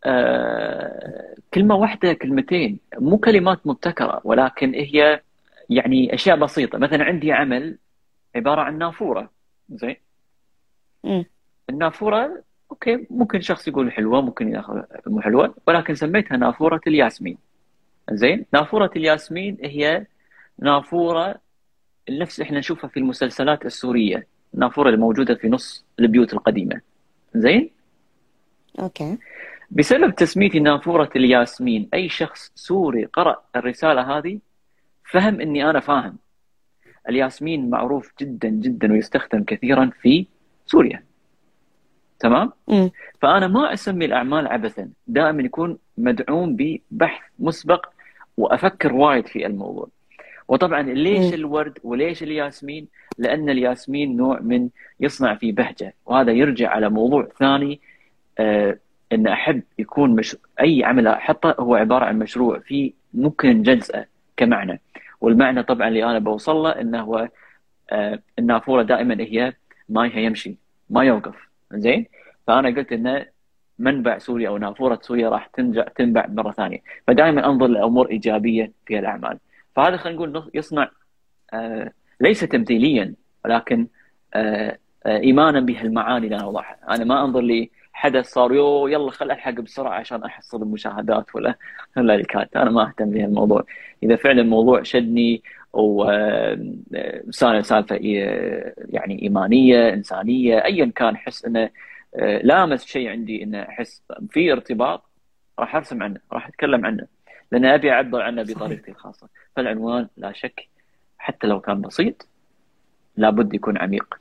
كلمة واحدة كلمتين، مو كلمات مبتكرة، ولكن هي يعني أشياء بسيطة. مثلا عندي عمل عبارة عن نافورة، زين. مم. النافورة أوكي، ممكن شخص يقول حلوة، ممكن ياخذ مو حلوة، ولكن سميتها نافورة الياسمين. زين. نافورة الياسمين هي نافورة نفس احنا نشوفها في المسلسلات السورية، النافورة اللي موجودة في نص البيوت القديمة. زين. أوكي. بسبب تسميتي نافورة الياسمين، أي شخص سوري قرأ الرسالة هذه فهم إني أنا فاهم. الياسمين معروف جدا جدا ويستخدم كثيرا في سوريا، تمام؟ مم. فأنا ما أسمي الأعمال عبثا، دائما يكون مدعوم ببحث مسبق وأفكر وايد في الموضوع. وطبعا ليش مم. الورد وليش الياسمين؟ لأن الياسمين نوع من يصنع فيه بهجة، وهذا يرجع على موضوع ثاني، ان احب يكون اي عمل احطه هو عباره عن مشروع فيه ممكن نجزئه كمعنى. والمعنى طبعا اللي انا بوصل له انه هو النافوره دائما هي مايها يمشي ما يوقف. زين. فانا قلت انه منبع سوريا او نافوره سوريا راح تنبع مره ثانيه. فدائما انظر لامور ايجابيه في الاعمال. فهذا خلينا نقول يصنع ليس تمثيليا، ولكن ايمانا بهالمعاني اللي انا اوضحها. انا ما انظر لي حدث صار يلا خل الحق بسرعه عشان احصل المشاهدات ولا الكات. انا ما اهتم بهالموضوع. اذا فعلا الموضوع شدني سالفه يعني ايمانيه انسانيه ايا كان، احس انه لامس شيء عندي، انه احس في ارتباط، راح ارسم عنه، راح اتكلم عنه، لان ابي اعبر عنه صحيح. بطريقتي الخاصه. فالعنوان لا شك حتى لو كان بسيط لابد يكون عميق.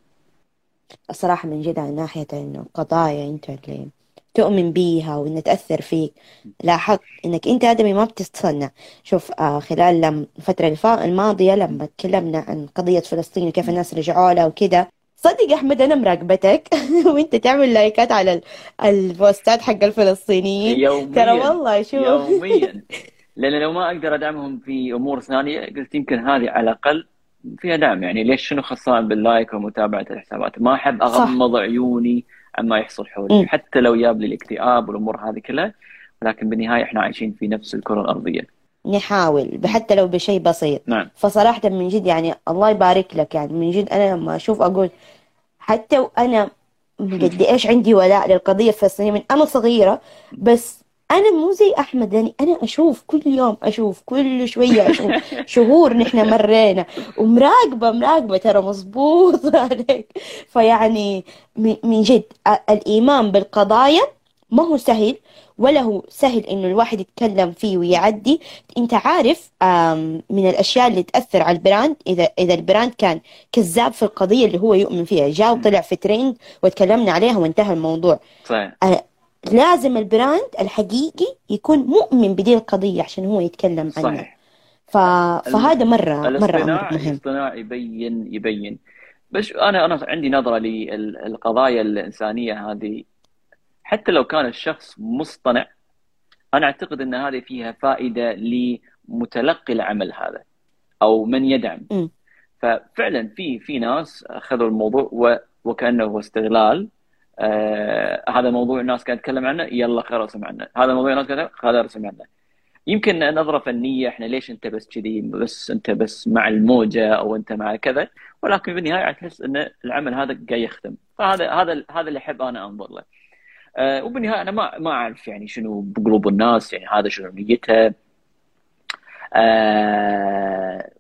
الصراحة من جد، على ناحية إنه قضايا أنت اللي تؤمن بيها وإنها تأثر فيك، لاحظت إنك أنت آدمي ما بتتصنع. شوف، خلال الفترة الماضية لما تكلمنا عن قضية فلسطين وكيف الناس رجعوا لها وكده، صدق أحمد أنا مراقبتك وأنت تعمل لايكات على البوستات حق الفلسطينيين. ترى يوميا والله شوف. يوميا. لان لو ما اقدر ادعمهم في امور ثانيه قلت يمكن هذه على الاقل فيها دعم. يعني ليش شنو خسران باللايك ومتابعه الحسابات؟ ما احب صح. اغمض عيوني عما يحصل حولي حتى لو جاب لي الاكتئاب والامور هذه كلها. ولكن بالنهايه احنا عايشين في نفس الكره الارضيه. نحاول حتى لو بشيء بسيط. نعم. فصراحة من جد يعني الله يبارك لك، يعني من جد أنا لما أشوف أقول حتى وأنا قد إيش عندي ولاء للقضية الفلسطينية من أنا صغيرة، بس أنا مو زي أحمد. يعني أنا أشوف كل يوم، أشوف كل شوية، أشوف شهور نحن مرينا ومراقبة ترى مظبوط عليك. فيعني من جد الإيمان بالقضايا ما هو سهل، ولا هو سهل إنه الواحد يتكلم فيه ويعدي. أنت عارف، من الأشياء اللي تأثر على البراند، إذا البراند كان كذاب في القضية اللي هو يؤمن فيها، جاء وطلع في ترند وتكلمنا عليها وانتهى الموضوع. صحيح. لازم البراند الحقيقي يكون مؤمن بدي القضية عشان هو يتكلم عنها. صحيح. فهذا مرة أمر مهم. الاصطناع يبين. بس انا عندي نظره للقضايا الانسانيه هذه. حتى لو كان الشخص مصطنع أنا أعتقد أن هذه فيها فائدة لمتلقي العمل هذا أو من يدعم. م. ففعلا في ناس أخذوا الموضوع وكأنه هو استغلال. هذا موضوع الناس قاعد تتكلم عنه، يلا خير ارسم عنه. هذا موضوع الناس قاعد خير ارسم عنه. يمكن نظرة فنية، احنا ليش انت بس كذي، بس انت بس مع الموجة او انت مع كذا. ولكن بالنهاية تحس ان العمل هذا قاعد يخدم. فهذا اللي احب انا انظر له. وبالنهايه انا ما اعرف يعني شنو بقلوب الناس، يعني هذا شنو نيته. آه،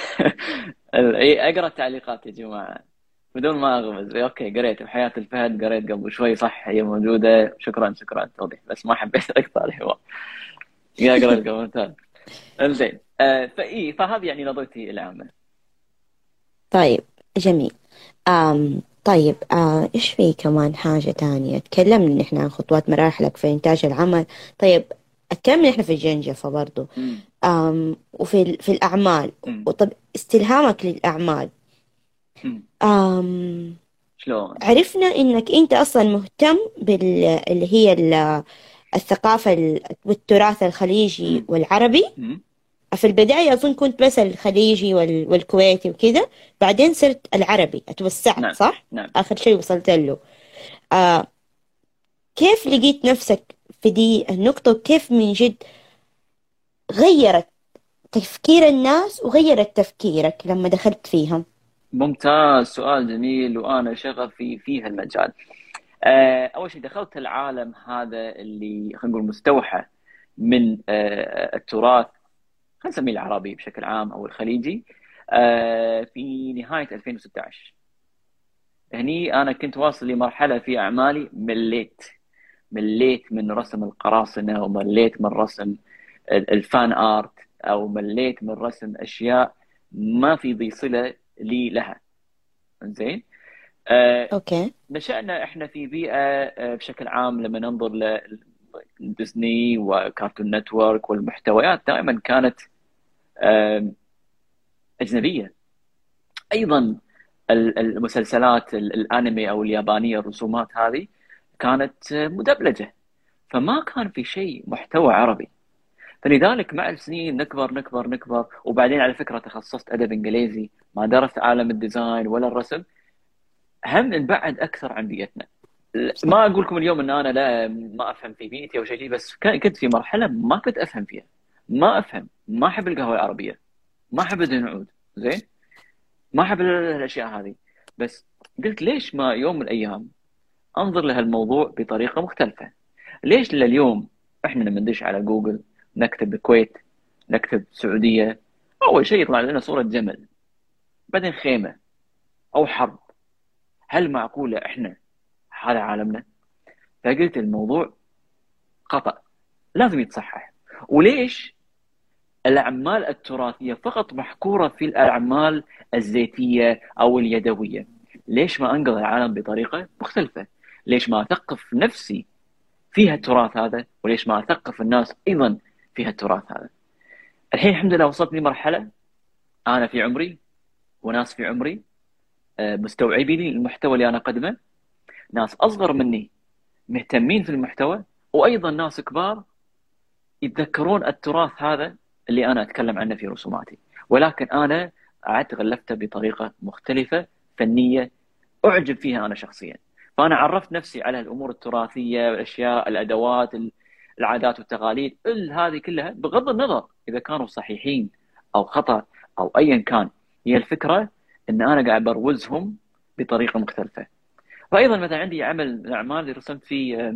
اقرا التعليقات يا جماعه بدون ما اغمز. اوكي قريت حياه الفهد، قريت قبل شوي، صح هي موجوده. شكرا توضيح، بس ما حبيت اقطع الحوار. يا اقرا الكومنتات. انزين. فهذه يعني نظرتي العامه. طيب، جميل. طيب، إيش في كمان حاجة تانية؟ تكلمنا نحن عن خطوات مراحلك في إنتاج العمل. طيب، اتكلم نحن في الجنجفة برضو. في الأعمال. طب استلهامك للأعمال. شلون؟ عرفنا إنك أنت أصلا مهتم اللي هي الثقافة والتراث الخليجي والعربي. في البداية أظن كنت بس الخليجي والكويتي وكذا، بعدين صرت العربي، اتوسعت. نعم. صح؟ نعم. آخر شيء وصلت له. كيف لقيت نفسك في دي النقطة، وكيف من جد غيرت تفكير الناس وغيرت تفكيرك لما دخلت فيها؟ ممتاز، سؤال جميل، وأنا شغفي في هالمجال. أول شيء دخلت العالم هذا اللي خلينا نقول مستوحى من التراث، خلينا نسميه العربي بشكل عام أو الخليجي، في نهاية 2016. هني أنا كنت واصل لمرحلة في أعمالي مليت من رسم القراصنة، ومليت من رسم الفان آرت، أو مليت من رسم أشياء ما في ذي صلة لي لها. زين. أوكي. نشأنا احنا في بيئة بشكل عام لما ننظر لديزني وكارتون نتورك، والمحتويات دائما كانت أجنبية. أيضا المسلسلات الأنمي أو اليابانية، الرسومات هذه كانت مدبلجة، فما كان في شيء محتوى عربي. فلذلك مع السنين نكبر نكبر نكبر. وبعدين على فكرة تخصصت أدب إنجليزي، ما درست عالم الديزاين ولا الرسم، هم نبعد أكثر عن بيئتنا. صح. ما أقول لكم اليوم أن أنا لا ما أفهم في بيئتي أو شيء، بس كنت في مرحلة ما كنت أفهم فيها، ما أفهم، ما أحب القهوة العربية، ما أحب النعود، زين، ما أحب الأشياء هذه. بس قلت ليش ما يوم من الأيام أنظر لهالموضوع بطريقة مختلفة؟ ليش لليوم إحنا لما ندش على جوجل نكتب الكويت، نكتب السعودية، أول شيء يطلع لنا صورة جمل، بعدين خيمة أو حرب. هل معقولة إحنا هذا عالمنا؟ فقلت الموضوع خطأ، لازم يتصحح. وليش الأعمال التراثية فقط محكورة في الأعمال الزيتية أو اليدوية؟ ليش ما أنقذ العالم بطريقة مختلفة؟ ليش ما أثقف نفسي فيها التراث هذا؟ وليش ما أثقف الناس أيضا فيها التراث هذا؟ الحين الحمد لله وصلت لي مرحلة أنا في عمري وناس في عمري مستوعبين لي المحتوى اللي أنا أقدمه، ناس أصغر مني مهتمين في المحتوى، وأيضا ناس كبار يتذكرون التراث هذا اللي أنا أتكلم عنه في رسوماتي، ولكن أنا قعدت غلفته بطريقة مختلفة فنية أعجب فيها أنا شخصيا. فأنا عرفت نفسي على الأمور التراثية والأشياء، الأدوات، العادات والتقاليد، هذه كلها بغض النظر إذا كانوا صحيحين أو خطأ أو أيا كان. هي الفكرة أن أنا قاعد بروزهم بطريقة مختلفة. فأيضا مثلا عندي عمل من الأعمال اللي رسمت فيه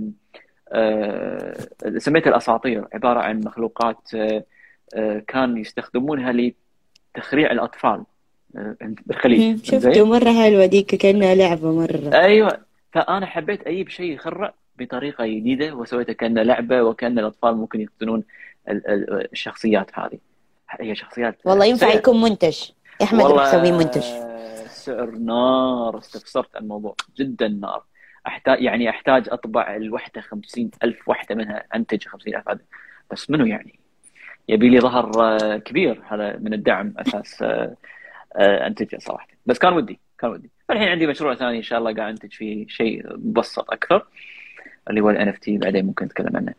سميتها الأساطير، عبارة عن مخلوقات كان يستخدمونها لتخريع الأطفال بالخليج، شفته زين. مرة حلوة ديك، كأنها لعبة مرة. ايوه، فانا حبيت اجيب شيء يخرع بطريقه جديده وسويته كانه لعبه، وكان الاطفال ممكن يقتنون الشخصيات هذه. هي شخصيات والله ينفع سيئه يكون منتج. يا أحمد والله. روح سويه منتج. سعر نار، استفسرت الموضوع جدا نار. احتاج اطبع الوحده 50,000 وحده منها، انتج 50,000 عدد. بس منو يعني يبي لي ظهر كبير هذا من الدعم اساس انتجه صراحه. بس كان ودي. فالحين عندي مشروع ثاني ان شاء الله قاعد انتج فيه شيء مبسط اكثر، اللي هو الان اف تي، بعدين ممكن نتكلم عنه.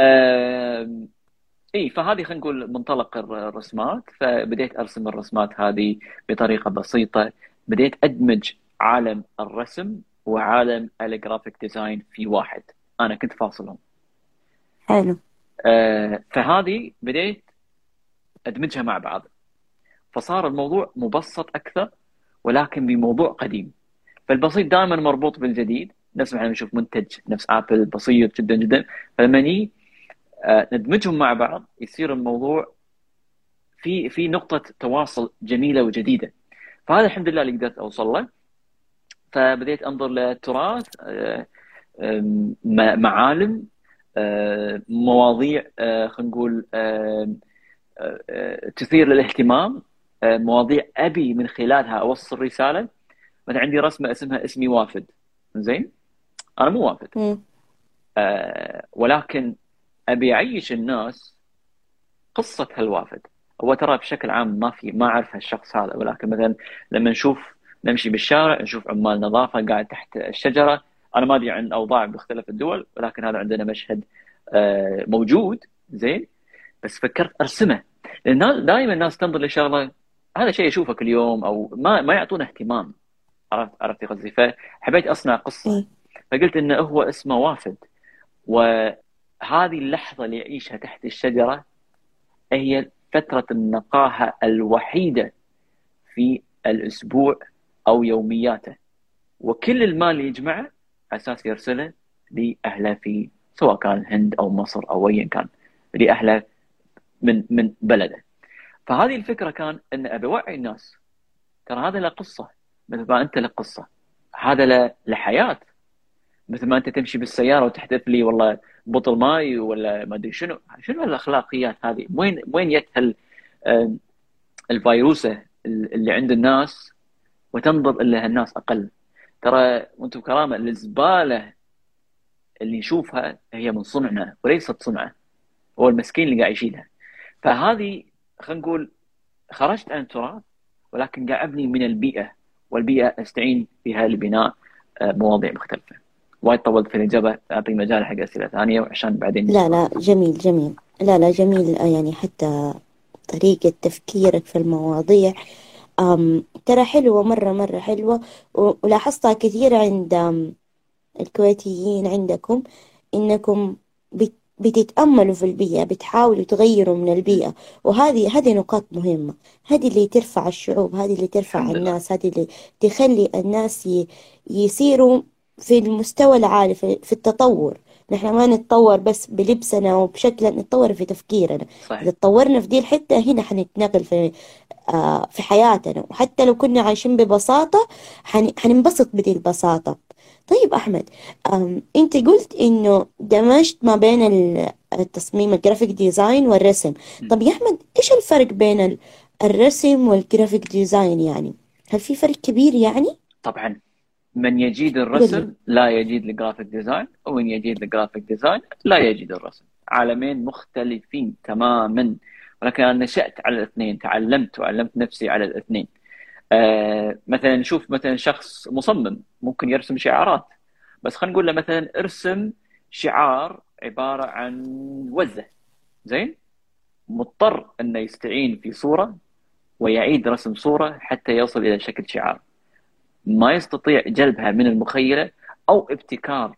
اي، فهذه خلينا نقول منطلق الرسمات. فبديت ارسم الرسمات هذه بطريقه بسيطه، بديت ادمج عالم الرسم وعالم الجرافيك ديزاين في واحد، انا كنت فاصلهم. حلو. فهذه بديت ادمجها مع بعض، فصار الموضوع مبسط اكثر ولكن بموضوع قديم. فالبسيط دائما مربوط بالجديد، نفس ما احنا نشوف منتج نفس ابل بسيط جدا جدا، فلما نيجي ندمجهم مع بعض يصير الموضوع في نقطة تواصل جميلة وجديدة. فهذا الحمد لله اللي قدرت اوصل له. فبديت انظر للتراث، معالم، مواضيع، خلينا نقول تثير للاهتمام، مواضيع ابي من خلالها اوصل رسالة. مثلا عندي رسمة اسمها اسمي وافد، زين، انا مو وافد، مم. ولكن ابي اعيش الناس قصه هالوافد. هو ترى بشكل عام ما اعرف هالشخص هذا، ولكن مثلا لما نمشي بالشارع نشوف عمال نظافه قاعد تحت الشجره. انا ما ادري عن اوضاع باختلاف الدول، ولكن هذا عندنا مشهد موجود، زين. بس فكرت ارسمه، لان دائما الناس تنظر لشغله هذا شيء اشوفه كل يوم، او ما يعطونه اهتمام. عرفتي قصدي؟ فحبيت اصنع قصه، إيه. فقلت انه هو اسمه وافد، وهذه اللحظة اللي يعيشها تحت الشجرة هي فترة النقاهة الوحيدة في الأسبوع أو يومياته، وكل المال اللي يجمعه أساس يرسله لأهله في سواء كان الهند أو مصر أو أيا كان، لأهله من بلده. فهذه الفكرة كان أن أبي أوعي الناس ترى هذا له قصة، مثل ما أنت لك قصة، هذا له حياة. مثل ما انت تمشي بالسياره وتحذف لي والله بطل ماي ولا ما ادري شنو الاخلاقيات هذه؟ وين جت الفيروسه اللي عند الناس وتنظر الا الناس اقل؟ ترى وانتم كرامه الزباله اللي نشوفها هي من صنعنا وليست صنعه، هو المسكين اللي قاعد يشيلها. فهذه خلينا نقول خرجت عن التراث، ولكن قاعد ابني من البيئه، والبيئه استعين بها لبناء مواضيع مختلفه. وايد طولت في الإجابة، أعطي مجال حق أسئلة ثانية وعشان بعدين لا نسمع. لا، جميل جميل. لا لا، جميل. يعني حتى طريقة تفكيرك في المواضيع ترى حلوة، مرة مرة حلوة. ولاحظتها كثير عند الكويتيين عندكم، إنكم بتتأملوا في البيئة، بتحاولوا تغيروا من م. البيئة. وهذه نقاط مهمة. هذه اللي ترفع الشعوب، هذه اللي ترفع الحمد لله. الناس، هذه اللي تخلي الناس يصيروا في المستوى العالي، في التطور. نحن ما نتطور بس بلبسنا وبشكلنا، نتطور في تفكيرنا. إذا صحيح. تطورنا في دي الحتة هنا حنتنقل في حياتنا. وحتى لو كنا عايشين ببساطة حننبسط بدي البساطة. طيب أحمد، أنت قلت إنه دمجت ما بين التصميم الجرافيك ديزاين والرسم. م. طب يا أحمد، إيش الفرق بين الرسم والجرافيك ديزاين يعني؟ هل في فرق كبير يعني؟ طبعا، من يجيد قل لي. الرسم لا يجيد الجرافيك ديزاين، ومن يجيد الجرافيك ديزاين لا يجيد الرسم. عالمين مختلفين تماما، ولكن أنا نشأت على الاثنين، تعلمت وعلمت نفسي على الاثنين. مثلا نشوف مثلا شخص مصمم ممكن يرسم شعارات، بس خلينا نقول له مثلا ارسم شعار عبارة عن وزة، زين، مضطر انه يستعين في صورة ويعيد رسم صورة حتى يوصل الى شكل شعار. ما يستطيع جلبها من المخيلة او ابتكار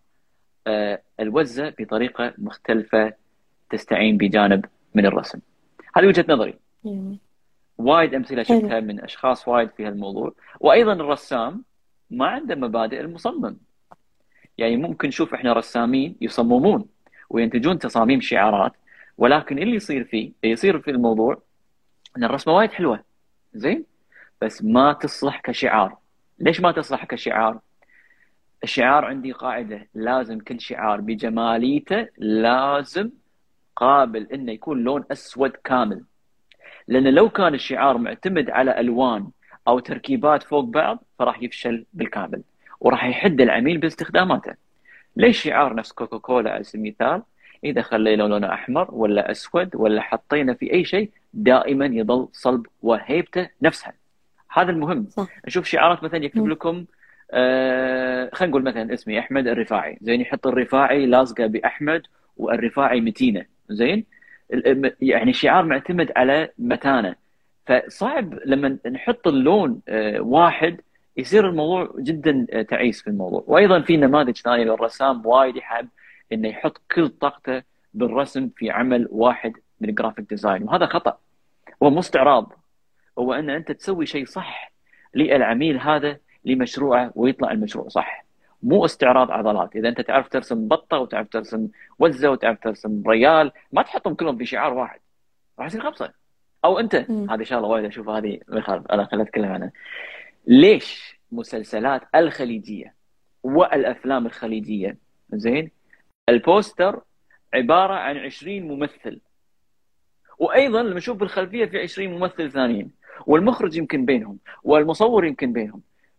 الوزة بطريقة مختلفة تستعين بجانب من الرسم. هذه وجهة نظري. مم. وايد امثله حلو. شفتها من اشخاص وايد في هالموضوع. وايضا الرسام ما عنده مبادئ المصمم. يعني ممكن نشوف احنا رسامين يصممون وينتجون تصاميم شعارات، ولكن اللي يصير في الموضوع ان الرسمه وايد حلوه، زين، بس ما تصلح كشعار. ليش ما تصلح كشعار؟ الشعار عندي قاعده، لازم كل شعار بجماليته لازم قابل انه يكون لون اسود كامل. لأن لو كان الشعار معتمد على ألوان أو تركيبات فوق بعض فراح يفشل بالكامل، وراح يحد العميل باستخداماته. ليش شعار نفس كوكاكولا على سبيل المثال إذا خلينا لونه أحمر ولا أسود ولا حطينا في أي شيء دائما يظل صلب وهيبته نفسها؟ هذا المهم. صح. نشوف شعارات مثلا يكتب مم. لكم خلينا نقول مثلا اسمي أحمد الرفاعي، زين، يحط الرفاعي لاصقة بأحمد والرفاعي متينة، زين. يعني شعار معتمد على متانة، فصعب لما نحط اللون واحد يصير الموضوع جدا تعيس في الموضوع. وايضا في نماذج ثانيه للرسام وايد يحب انه يحط كل طاقته بالرسم في عمل واحد من الجرافيك ديزاين، وهذا خطأ. هو مو استعراض، هو ان انت تسوي شيء صح للعميل هذا لمشروعه ويطلع المشروع صح، مو استعراض عضلات. اذا انت تعرف ترسم بطه وتعرف ترسم وزه وتعرف ترسم ريال، ما تحطهم كلهم في شعار واحد، راح يصير خبصه. او انت، مم. هذه شغله وايد اشوفها، هذه ما يخالف انا خليت اتكلم عنها. ليش مسلسلات الخليجيه والافلام الخليجيه، زين، البوستر عباره عن 20 ممثل، وايضا لما نشوف بالخلفيه في 20 ممثل ثانيين، والمخرج يمكن بينهم والمصور يمكن بينهم؟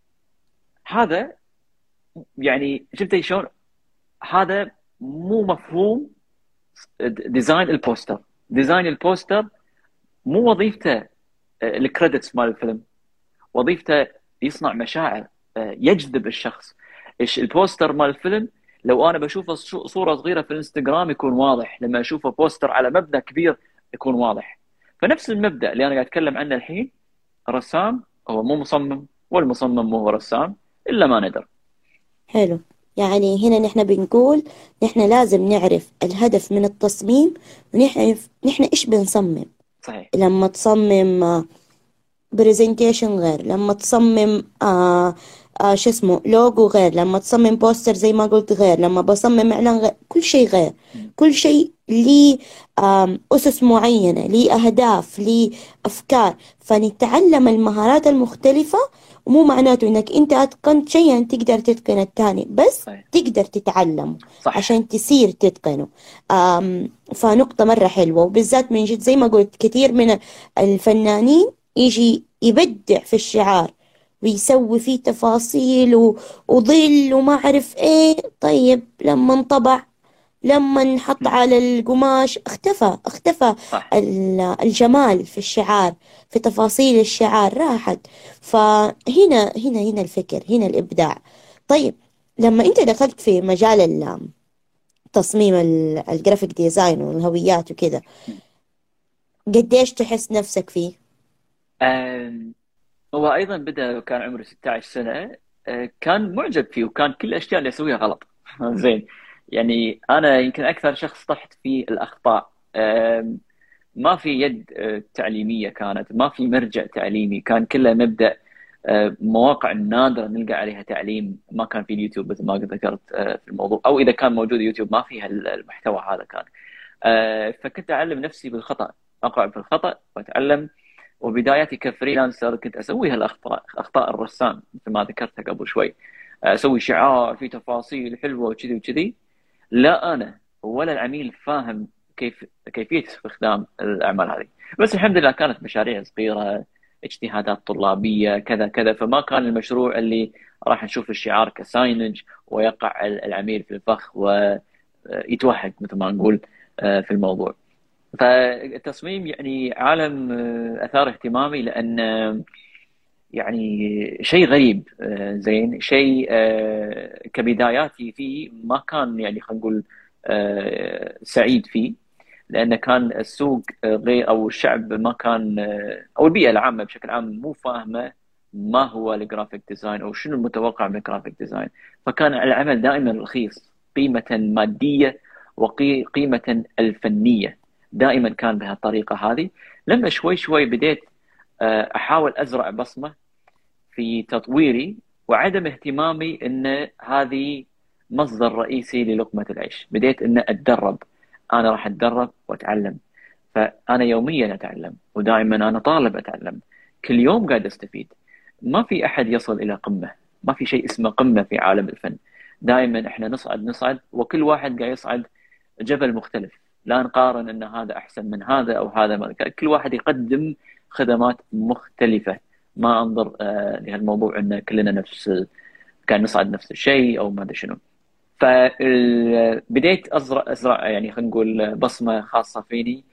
هذا يعني شفت شلون؟ هذا مو مفهوم ديزاين البوستر. ديزاين البوستر مو وظيفته الكريدتس مال الفيلم، وظيفته يصنع مشاعر، يجذب الشخص. البوستر مال الفيلم لو انا بشوفه صوره صغيره في الانستغرام يكون واضح، لما اشوفه بوستر على مبنى كبير يكون واضح. فنفس المبدأ اللي انا قاعد اتكلم عنه الحين، الرسام هو مو مصمم والمصمم مو هو رسام الا ما ندر. حلو. يعني هنا نحن بنقول نحن لازم نعرف الهدف من التصميم، ونحن إيش بنصمم. صحيح. لما تصمم برزنتيشن غير، لما تصمم شو اسمه لوجو غير، لما تصمم بوستر زي ما قلت غير، لما بصمم إعلان غير. كل شيء غير. كل شيء ليه أسس معينة، ليه أهداف، ليه أفكار. فنتعلم المهارات المختلفة. ومو معناته إنك أنت أتقنت شيء يعني تقدر تتقن التاني، بس صحيح. تقدر تتعلم صح. عشان تصير تتقنه. فنقطة مرة حلوة. وبالذات من جد زي ما قلت كثير من الفنانين يجي يبدع في الشعار ويسوي فيه تفاصيل وظل وما أعرف إيه. طيب لما انطبع، لما نحط على القماش، اختفى صح. الجمال في الشعار، في تفاصيل الشعار راحت. فهنا الفكر، هنا الإبداع. طيب لما انت دخلت في مجال تصميم الجرافيك ديزاين والهويات وكده، قديش تحس نفسك فيه؟ آم، هو ايضا بدا كان عمره 16 سنه. كان معجب فيه، وكان كل الاشياء اللي اسويها غلط. زين. يعني انا يمكن اكثر شخص طحت في الاخطاء. ما في يد تعليميه، كانت ما في مرجع تعليمي، كان كله مبدا مواقع نادره نلقى عليها تعليم. ما كان في اليوتيوب مثل ما قد ذكرت في الموضوع، او اذا كان موجود يوتيوب ما فيها المحتوى هذا كان. فكنت اعلم نفسي بالخطا، اقع في الخطا واتعلم. وبداياتي كفريلانسر كنت اسوي هالاخطاء، اخطاء الرسام مثل ما ذكرتها قبل شوي. اسوي شعار في تفاصيل حلوه وكذي وكذي. لا انا ولا العميل فاهم كيفيه استخدام الاعمال هذه. بس الحمد لله كانت مشاريع صغيره، اجتهادات طلابيه كذا كذا، فما كان المشروع اللي راح نشوف الشعار كساينج ويقع العميل في الفخ ويتوهق مثل ما نقول في الموضوع. فالتصميم يعني عالم اثار اهتمامي، لان يعني شيء غريب. زين، شيء كبداياتي فيه ما كان يعني خلينا نقول سعيد فيه، لأن كان السوق غير، أو الشعب ما كان أو البيئة العامة بشكل عام مو فاهمة ما هو الجرافيك ديزاين أو شنو المتوقع من الجرافيك ديزاين. فكان العمل دائما رخيص، قيمة مادية وقيمة الفنية دائما كان بهالطريقة هذه. لما شوي شوي بديت أحاول أزرع بصمة في تطويري وعدم اهتمامي ان هذه مصدر رئيسي للقمة العيش، بديت ان اتدرب. انا راح اتدرب واتعلم، فانا يوميا اتعلم، ودائما انا طالب اتعلم، كل يوم قاعد استفيد. ما في احد يصل الى قمة، ما في شيء اسمه قمة في عالم الفن. دائما احنا نصعد نصعد، وكل واحد قاعد يصعد جبل مختلف. لا نقارن ان هذا احسن من هذا او هذا ما. كل واحد يقدم خدمات مختلفة. ما انظر لهالموضوع ان كلنا نفس، كان نصعد نفس الشيء او ما ادري شنو. فبديت ازرع يعني خلينا نقول بصمه خاصه فيني.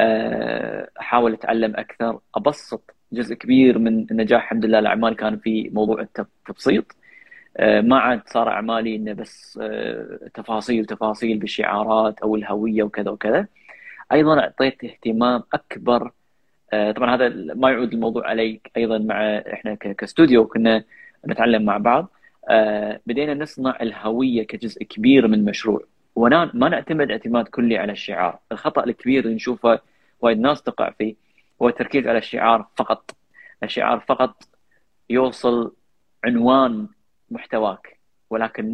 احاول اتعلم اكثر، ابسط جزء كبير من النجاح الحمد لله الاعمال كان في موضوع التبسيط. ما عاد صار اعمالي انه بس تفاصيل تفاصيل بالشعارات او الهويه وكذا وكذا. ايضا اعطيت اهتمام اكبر. طبعا هذا ما يعود الموضوع علي، ايضا مع احنا كاستوديو كنا نتعلم مع بعض. بدينا نصنع الهويه كجزء كبير من المشروع، وما نعتمد اعتماد كلي على الشعار. الخطا الكبير اللي نشوفه وايد ناس تقع فيه هو التركيز على الشعار فقط. الشعار فقط يوصل عنوان محتواك، ولكن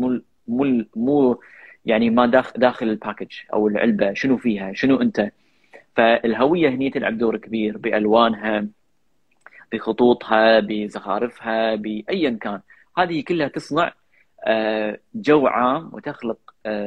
مو يعني ما داخل الباكج او العلبه شنو فيها، شنو انت. فالهوية هني تلعب دور كبير بألوانها، بخطوطها، بزخارفها، بأيا كان. هذه كلها تصنع جو عام وتخلق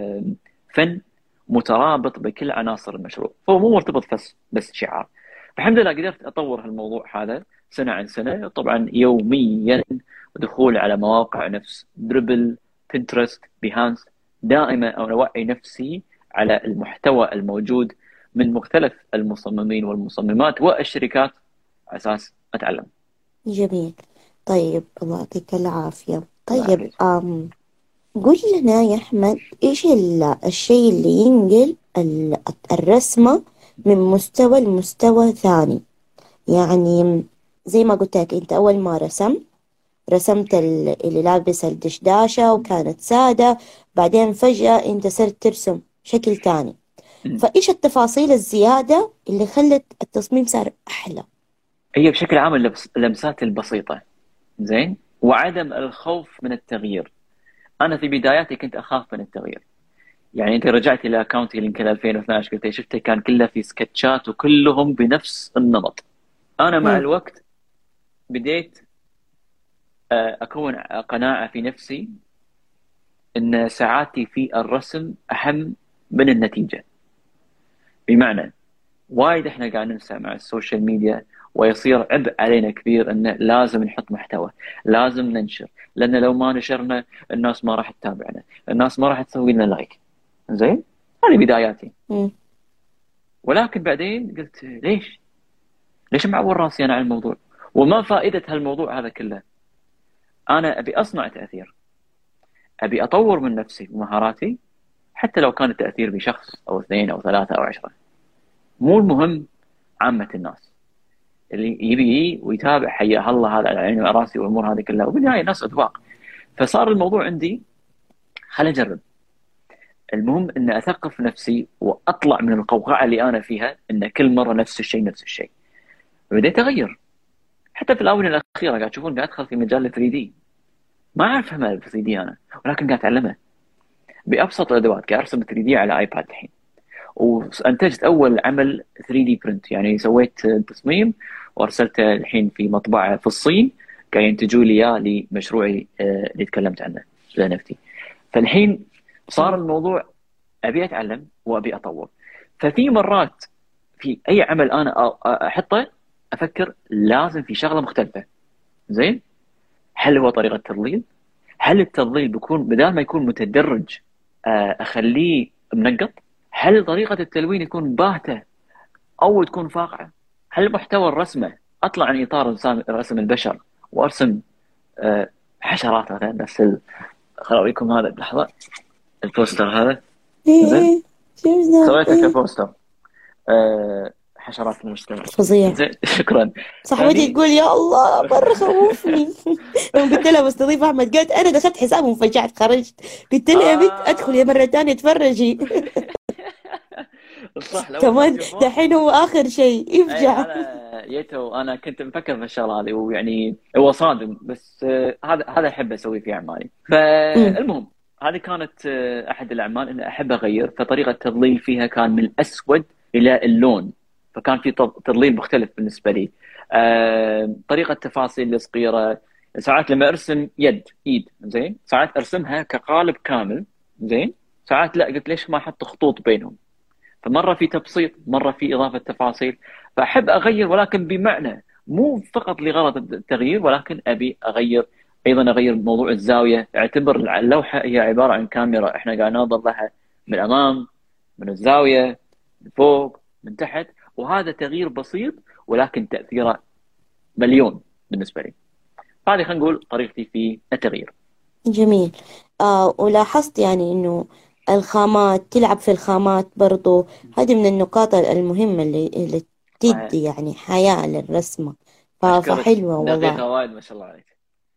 فن مترابط بكل عناصر المشروع. فهو مو مرتبط بس شعار. الحمد لله قدرت أطور هالموضوع هذا سنة عن سنة، طبعا يوميا دخول على مواقع نفس دربل، بنترست، بيهانس. دائما أنا أوعي نفسي على المحتوى الموجود من مختلف المصممين والمصممات والشركات على أساس أتعلم. جميل. طيب الله يعطيك العافية. الله طيب يعافيك. قول لنا يا أحمد، إيش الشيء اللي ينقل الرسمة من مستوى لمستوى ثاني؟ يعني زي ما قلت لك، أنت أول ما رسمت اللي لابس الدشداشة وكانت سادة، بعدين فجأة أنت صرت ترسم شكل تاني. فإيش التفاصيل الزيادة اللي خلت التصميم صار أحلى؟ هي بشكل عام اللمسات البسيطة، زين، وعدم الخوف من التغيير. أنا في بداياتي كنت أخاف من التغيير. يعني أنت رجعت إلى أكاونتي يمكن 2012، قلت لي شفته كان كله في سكتشات وكلهم بنفس النمط. أنا مع مم. الوقت بديت أكون قناعة في نفسي أن ساعاتي في الرسم أهم من النتيجة. بمعنى وايد احنا قاعد ننسى مع السوشيال ميديا، ويصير عبء علينا كبير انه لازم نحط محتوى، لازم ننشر، لان لو ما نشرنا الناس ما راح تتابعنا، الناس ما راح تسوي لنا لايك. زين، هذه بداياتي. مم. ولكن بعدين قلت ليش معور راسي انا على الموضوع؟ وما فائدة هالموضوع هذا كله؟ انا ابي اصنع تأثير، ابي اطور من نفسي ومهاراتي، حتى لو كان التاثير بشخص او اثنين او ثلاثه او 10. مو المهم عامه الناس اللي يبي ويتابع، حياه الله، هذا على عيني وراسي والامور هذه كلها، وبالنهايه الناس اذواق. فصار الموضوع عندي خل اجرب. المهم ان اثقف نفسي واطلع من القوقعه اللي انا فيها، ان كل مره نفس الشيء نفس الشيء. بديت اغير. حتى في الاونه الاخيره قاعد تشوفون قاعد ادخل في مجال 3 دي. ما اعرف افهمها ال 3 دي انا، ولكن قاعد اتعلمها بابسط الادوات. قاعد ارسم 3 دي على ايباد الحين، وانتجت اول عمل 3 دي برنت. يعني سويت تصميم وارسلته الحين في مطبعه في الصين، قاعد ينتجوا لي اياه لمشروعي اللي تكلمت عنه لنفتي. فالحين صار الموضوع ابي اتعلم وابي اطور. ففي مرات في اي عمل انا احطه افكر لازم في شغله مختلفه. زين، هل هو طريقه تضليل؟ هل التضليل بيكون بدال ما يكون متدرج اخليه منقط؟ هل طريقه التلوين يكون باهته او تكون فاقعه؟ هل محتوى الرسمه اطلع عن اطار رسم البشر وارسم حشرات مثلا نفس خل اوريكم هذا لحظه، البوستر هذا. زين، ايه شفنا سويته ايه كبوستر حشرات في المجتمع. فظيع. زين شكرا. صاحبتي هذه تقول يا الله مرة خوفني. لما قلت لها بستضيف أحمد قالت أنا دخلت حسابهم فجعت خرجت. قلت لها يا بنت أدخل يا مرة تانية تفرجي. صح، لو انتم كمان تشوفون. دحين هو آخر شيء اي يفجع. انا يتو انا كنت مفكر في الشغله هذه، ويعني هو صادم، بس هذا احب اسوي في اعمالي. أمم، فالمهم هذه كانت احد الاعمال اللي احب اغير. فطريقه التضليل فيها كان من الاسود الى اللون، فكان في تضليل مختلف بالنسبه لي. طريقه تفاصيل الصغيره. ساعات لما ارسم ايد زين، ساعات ارسمها كقالب كامل زين، ساعات لا، قلت ليش ما احط خطوط بينهم. فمره في تبسيط، مره في اضافه تفاصيل. فاحب اغير، ولكن بمعنى مو فقط لغرض التغيير، ولكن ابي اغير ايضا. اغير موضوع الزاويه. اعتبر اللوحه هي عباره عن كاميرا، احنا قاعد ننظر لها من الامام، من الزاويه، من فوق، من تحت. وهذا تغيير بسيط ولكن تاثيره مليون بالنسبه لي. هذه خلينا نقول طريقتي في التغيير. جميل. ولاحظت يعني إنه الخامات تلعب في الخامات برضو. هذه من النقاط المهمة اللي صحيح. تدي يعني حياة للرسمة. اشكرك، فحلوة والله. دقيقه وايد ما شاء الله عليك.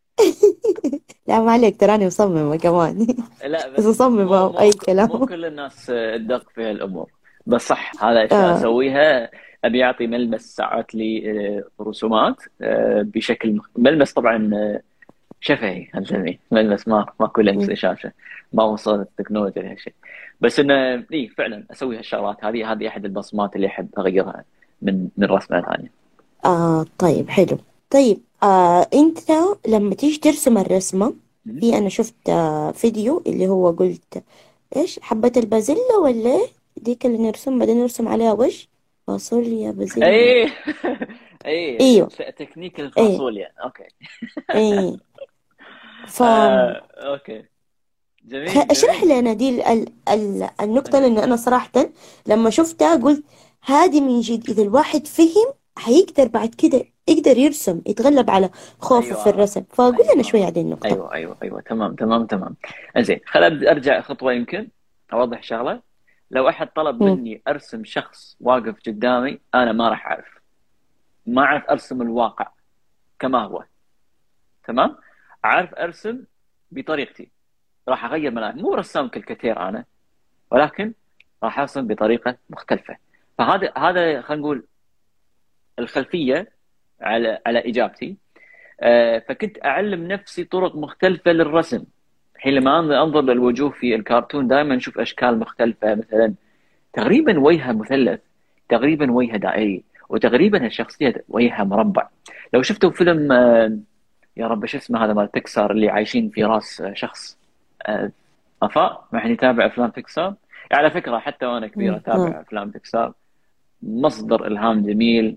لا ما عليك تراني مصممة كمان. لا بس بس مصممة أي مو كلام. كل الناس تدق في هالامور. بس صح، هذا اشياء آه اسويها. ابي اعطي ملمس ساعات لي رسومات بشكل ملمس طبعا شفهي، نسميه ملمس. ما كله م. يمسك شاشه، ما وصلت التكنولوجيا لهالشيء. بس انه اي فعلا اسوي هالشغلات هذه احد البصمات اللي احب اغيرها من رسمه ثانيه. طيب حلو. طيب أنت لما تيجي ترسم الرسمة، في أنا شفت فيديو اللي هو قلت إيش حبة البازلة ولا إيه؟ ديك اللي نرسم بعدين نرسم عليها وش فاصوليا بازليا. اي اي ايوه. تكنيك ايه الفاصوليا. اوكي. ايه. ف اوكي. جميل اشرح جميل. لنا دي النقطة، لأن أنا صراحة لما شفتها قلت هذه من جد إذا الواحد فهم حيقدر بعد كده يقدر يرسم يتغلب على خوفه في ايوه الرسم. فقول لنا شوية ايوه عن دي النقطة. ايوه تمام تمام تمام. زين، خل ارجع خطوه يمكن اوضح شغله. لو احد طلب مم. مني ارسم شخص واقف قدامي، انا ما راح اعرف. ما اعرف ارسم الواقع كما هو. تمام. اعرف ارسم بطريقتي. راح اغير ملامح. مو رسام كالكثير انا، ولكن راح ارسم بطريقه مختلفه. فهذا خلينا نقول الخلفيه على اجابتي. فكنت اعلم نفسي طرق مختلفه للرسم. الحين لما انظر للوجوه في الكرتون دائما نشوف اشكال مختلفه. مثلا تقريبا وجهها مثلث، تقريبا وجهها دائري، وتقريبا الشخصيه وجهها مربع. لو شفتوا فيلم يا رب شو اسمه هذا مال بيكسار، اللي عايشين في راس شخص. آه، افاء ما حد يتابع افلام بيكسار. على فكره حتى وانا كبير اتابع افلام بيكسار. مصدر الهام جميل،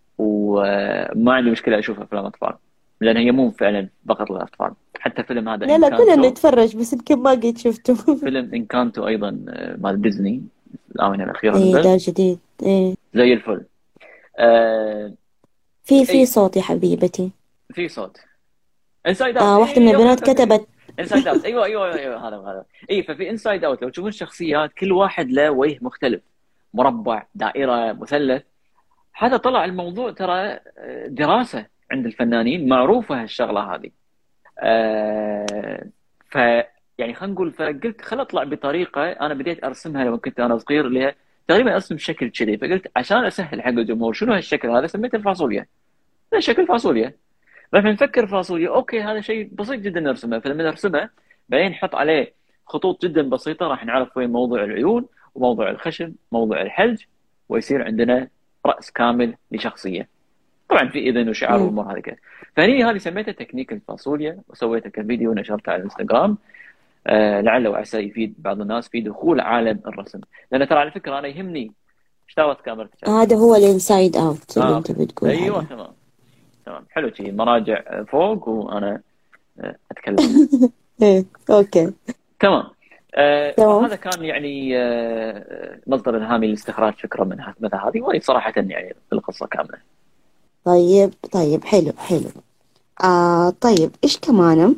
وما عندي مشكله اشوف افلام اطفال، لان هي مو فعلا فقط للاطفال. حتى فيلم هذا لا لا كلنا انكانتو. نتفرج بس يمكن ما قد شفته. فيلم انكانتو ايضا مال ديزني، الآونة الأخيرة ايه نزل. ده جديد ايه. زي الفل. آه في أي صوت يا حبيبتي. في صوت. انسايد اوت. واحدة من اي اوكي البنات اوكي اوكي. كتبت انسايد اوت، ايوه هذا اي. ففي انسايد اوت لو تشوفون الشخصيات كل واحد له وجه مختلف، مربع، دائره، مثلث. هذا طلع الموضوع ترى دراسه عند الفنانين، معروفه هالشغله هذه. ف يعني خلينا نقول، فقلت خل اطلع بطريقه انا بديت ارسمها لما كنت انا صغير، اللي هي تقريبا ارسم شكل كذي. فقلت عشان اسهل حق الجمهور شنو هالشكل هذا، سميته الفاصوليا. هذا شكل فاصوليا. فاحنا نفكر فاصوليا، اوكي هذا شيء بسيط جدا نرسمه. فلما نرسمه بعدين نحط عليه خطوط جدا بسيطه، راح نعرف وين موضوع العيون وموضوع الخشم، موضوع الحلج، ويصير عندنا راس كامل لشخصيه. طبعا في اذن وشعر مم. والامور هذه كذا. هذه سميتها تكنيك الفاصوليا، وسويته كفيديو ونشرته على الانستغرام. لعل وعسى يفيد بعض الناس في دخول عالم الرسم. لان ترى على فكره انا يهمني ايش دعوه كاميرتك. هذا هو الانسايد اوت اللي انت اوكي بتقول ايوه عليه. تمام. تمام حلو. شيء مراجع فوق وانا اتكلم. ايه اوكي تمام. تمام. فهذا كان يعني مصدر الهامي لاستخراج فكره من مثل هذه، وهي صراحه يعني القصه كامله. طيب حلو حلو. طيب ايش كمان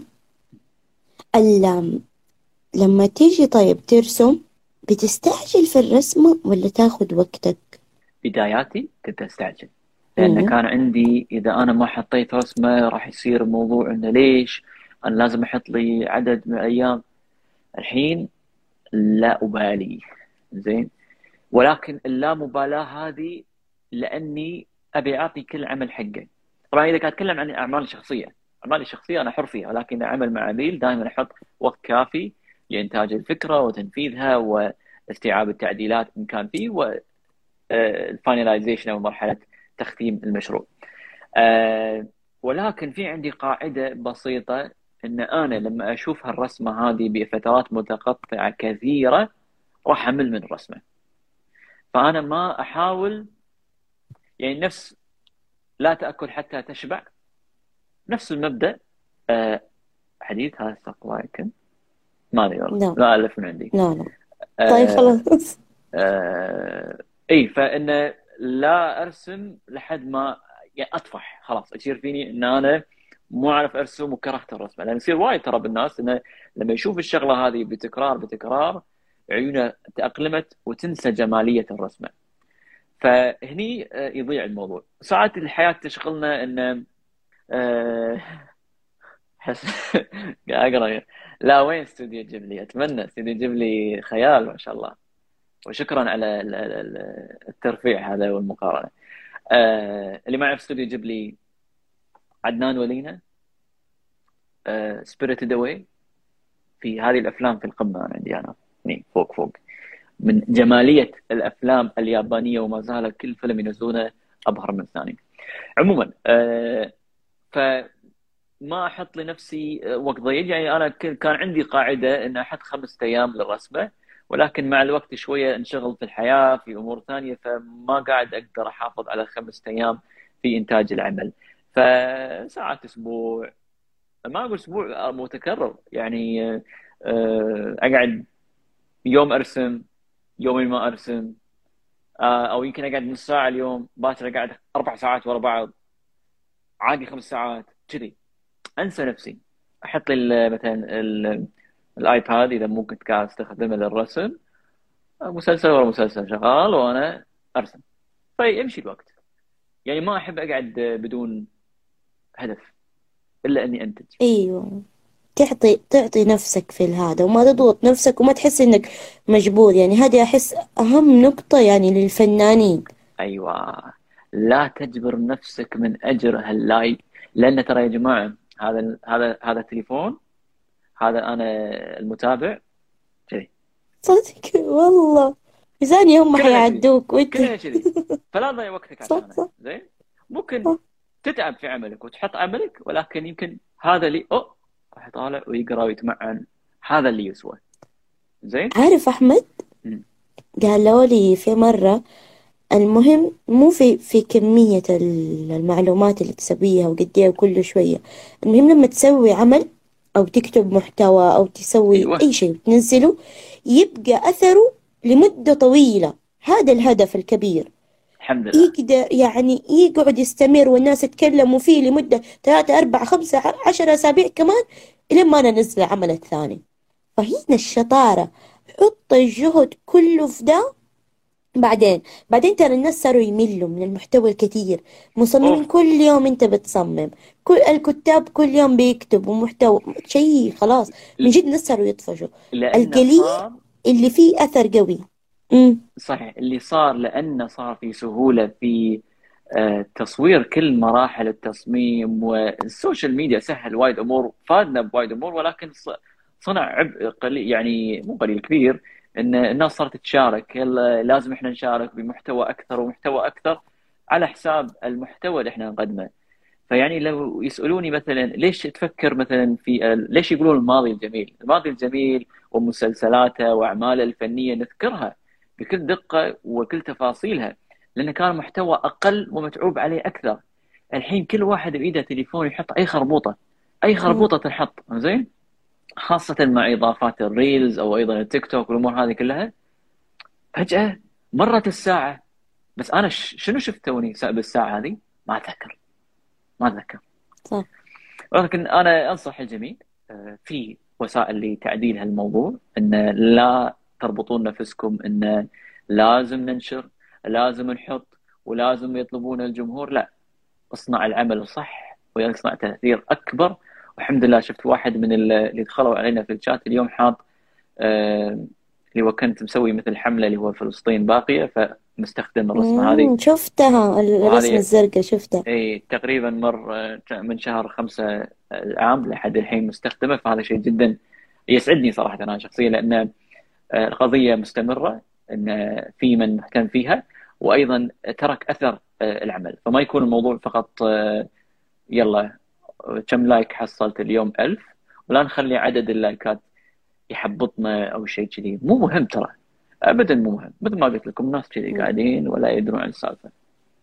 لما تيجي طيب ترسم، بتستعجل في الرسم ولا تاخد وقتك؟ بداياتي كنت استعجل، لان كان عندي اذا انا ما حطيت رسمه راح يصير الموضوع انه ليش انا لازم احط لي عدد من الايام. الحين لا ابالي، زين. ولكن اللامبالاه هذه لاني ابي اعطي كل عمل حقه. طبعا اذا كنت اتكلم عن اعمالي الشخصيه، اعمالي الشخصيه انا حر فيها، ولكن اعمل مع عميل دائما احط وقت كافي لانتاج الفكره وتنفيذها واستيعاب التعديلات ان كان فيه، والفاينلايزيشن او مرحله تختيم المشروع. ولكن في عندي قاعده بسيطه، ان انا لما اشوف هالرسمه هذه بفترات متقطعه كثيره راح امل من الرسمه. فانا ما احاول، يعني نفس لا تاكل حتى تشبع، نفس المبدا. حديث هذا استغفر يمكن ما ادري والله، لا لا الف من عندي. لا طيب خلاص. اي فانه لا ارسم لحد ما يعني اطفح خلاص، يصير فيني ان انا مو عارف ارسم وكرهت الرسمه. لان يصير وايد ترى بالناس انه لما يشوف الشغله هذه بتكرار عيونه تاقلمت وتنسى جماليه الرسمه. فهني يضيع الموضوع. ساعات الحياه تشغلنا ان حس قاعد اقرا. لا وين استوديو جيبلي؟ اتمنى استوديو جيبلي خيال ما شاء الله. وشكرا على الترفيع هذا والمقارنه. اللي ما يعرف استوديو جيبلي، عدنان ولينا، سبيريتد اواي، في هذه الافلام في القمه عندي انا، يعني فوق من جماليه الافلام اليابانيه، وما زال كل فيلم ينزلونه ابهر من الثاني. عموما فما احط لنفسي وقت ضيق. يعني انا كان عندي قاعده ان احط 5 ايام للرسمه، ولكن مع الوقت شويه انشغل في الحياه في امور ثانيه، فما قاعد اقدر احافظ على 5 ايام في انتاج العمل. فساعات اسبوع، ما اقول اسبوع متكرر يعني، اقعد يوم ارسم، يومين ما ارسم، او يمكن اقعد نص ساعه اليوم، باكر اقعد 4 ساعات ورا بعض، عادي 5 ساعات كذي. انسى نفسي. احط لي مثلا الايباد اذا مو كنت قاعد استخدمه للرسم، مسلسل ورا مسلسل شغال وانا ارسم، فيمشي الوقت. يعني ما احب اقعد بدون هدف الا اني انتج. ايوه، تعطي نفسك في هذا، وما تضغط نفسك، وما تحس انك مجبور. يعني هذه احس اهم نقطة يعني للفنانين. ايوه، لا تجبر نفسك من اجر هاللايك. لان ترى يا جماعه هذا التليفون، هذا انا المتابع كذي، صدق والله، في ثانية هم كلنا كذي، حيعدوك وانت. كلنا كذي. فلا تضيع وقتك صح عشانه. صح زين، ممكن صح. تتعب في عملك وتحط عملك، ولكن يمكن هذا اللي راح يطالع ويقرا ويتمعن، هذا اللي يسوى. زين. عارف أحمد، قالوا لي في مرة المهم مو في كمية المعلومات اللي تسويها وقد ايه وكل شوية. المهم لما تسوي عمل أو تكتب محتوى أو تسوي ايوه أي شيء وتنزله، يبقى أثره لمدة طويلة. هذا الهدف الكبير. الحمد لله. يقدر يعني يقعد يستمر والناس يتكلموا فيه لمدة 3 4 5 10 أسابيع كمان، إلين ما ننزل العمل الثاني. فهنا الشطارة، حط الجهد كله في ده. بعدين ترى الناس صاروا يملوا من المحتوى الكثير. مصممين اوف. كل يوم انت بتصمم، كل الكتاب كل يوم بيكتبوا محتوى، شيء خلاص. من ل- جد الناس صاروا يطفشوا. لانه القليل صار. اللي فيه أثر قوي. امم. صحيح، اللي صار لانه صار في سهوله في تصوير كل مراحل التصميم، والسوشيال ميديا سهل وايد امور، فادنا بوايد امور، ولكن صنع عبء قليل، يعني مو قليل، كبير، ان الناس صارت تشارك. يلا لازم احنا نشارك بمحتوى اكثر ومحتوى اكثر على حساب المحتوى اللي احنا نقدمه. فيعني لو يسألوني مثلا ليش تفكر مثلا في ليش يقولون الماضي الجميل؟ الماضي الجميل ومسلسلاته وأعماله الفنية نذكرها بكل دقة وكل تفاصيلها، لأنه كان محتوى أقل ومتعوب عليه أكثر. الحين كل واحد بإيده تليفون يحط أي خربوطة، أي خربوطة تنحط زين، خاصة مع إضافات الريلز أو أيضا التيك توك والأمور هذه كلها. فجأة مرت الساعة، بس أنا شنو شفت توني بالساعة هذه؟ ما أتذكر، ما أتذكر. صح. ولكن أنا أنصح الجميع في وسائل لتعديل هالموضوع، أن لا تربطون نفسكم أن لازم ننشر، لازم نحط، ولازم يطلبون الجمهور. لا، اصنع العمل الصح ويصنع تأثير أكبر. والحمد لله شفت واحد من اللي دخلوا علينا في الشات اليوم حاط اللي هو كنت مسوي مثل حملة اللي هو فلسطين باقية، فمستخدم الرسمة هذه. شفتها الرسمة وهذه الزرقاء شفتها. اي تقريبا مر من شهر 5 العام لحد الحين مستخدمه، فهذا شيء جدا يسعدني صراحة أنا شخصيا، لأن القضية مستمرة، أن في من مهتم فيها وأيضا ترك أثر العمل. فما يكون الموضوع فقط يلا كم لايك حصلت اليوم 1000، ولا نخلي عدد اللايكات يحبطنا أو شيء كذي. مو مهم ترى، أبدا مو مهم. مثل ما قلت لكم الناس كذي مم. قاعدين ولا يدرون عن السالفة.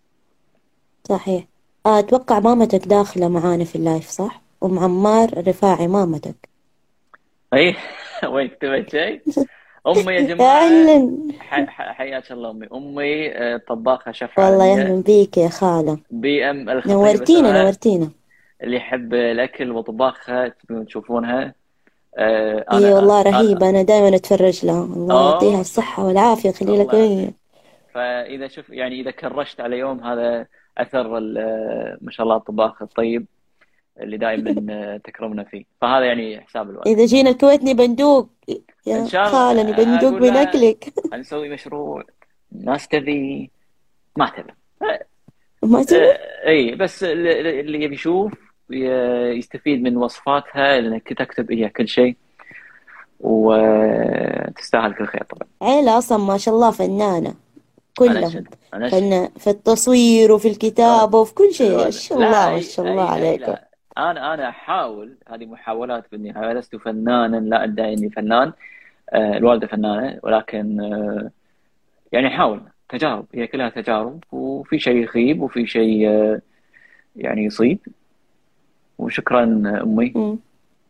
صحيح. أتوقع مامتك داخلة معانا في اللايف، صح؟ أم عمار رفاعي مامتك. أي وين كتبت شيء؟ امي يا جماعه، أهلا. حياك الله امي. امي طباخه شيف والله عالميه. أهلا بيك يا خالة. بي ام الخطيب نورتينا اسمها. نورتينا. اللي يحب الاكل وطباخها تبون تشوفونها. اي والله انا رهيبة، أنا دائما أتفرج لها، الله يعطيها اوه الصحة والعافية، خلي لك الله وين. يعافيك. فاذا شوف يعني اذا كرشت على يوم هذا اثر ما شاء الله الطباخ الطيب اللي دائما تكرمنا فيه، فهذا يعني حساب الوالد. إذا جينا الكويت نبندوق، ان يا شاء الله. خالة نبندوق اقول من لها أكلك. نسوي مشروع، الناس تبي ما تبي. ما تبي؟ اي بس اللي يبي يشوف يستفيد من وصفاتها، لانك تكتب هي كل شيء، وتستاهل كل خير طبعا. عيلة أصلا ما شاء الله فنانة انا كلهم. اشهد، انا اشهد. فن في التصوير وفي الوالد، الكتابة وفي كل شيء، ما الوالد شاء الله لا، ما اي شاء الله اي اي عليكم. لا. انا احاول، هذه محاولات بالنهايه، لست فنانا، لا ادعي اني فنان. الوالده فنانه، ولكن يعني حاول، تجارب، هي كلها تجارب، وفي شيء يخيب وفي شيء يعني يصيب. وشكرا امي. مم.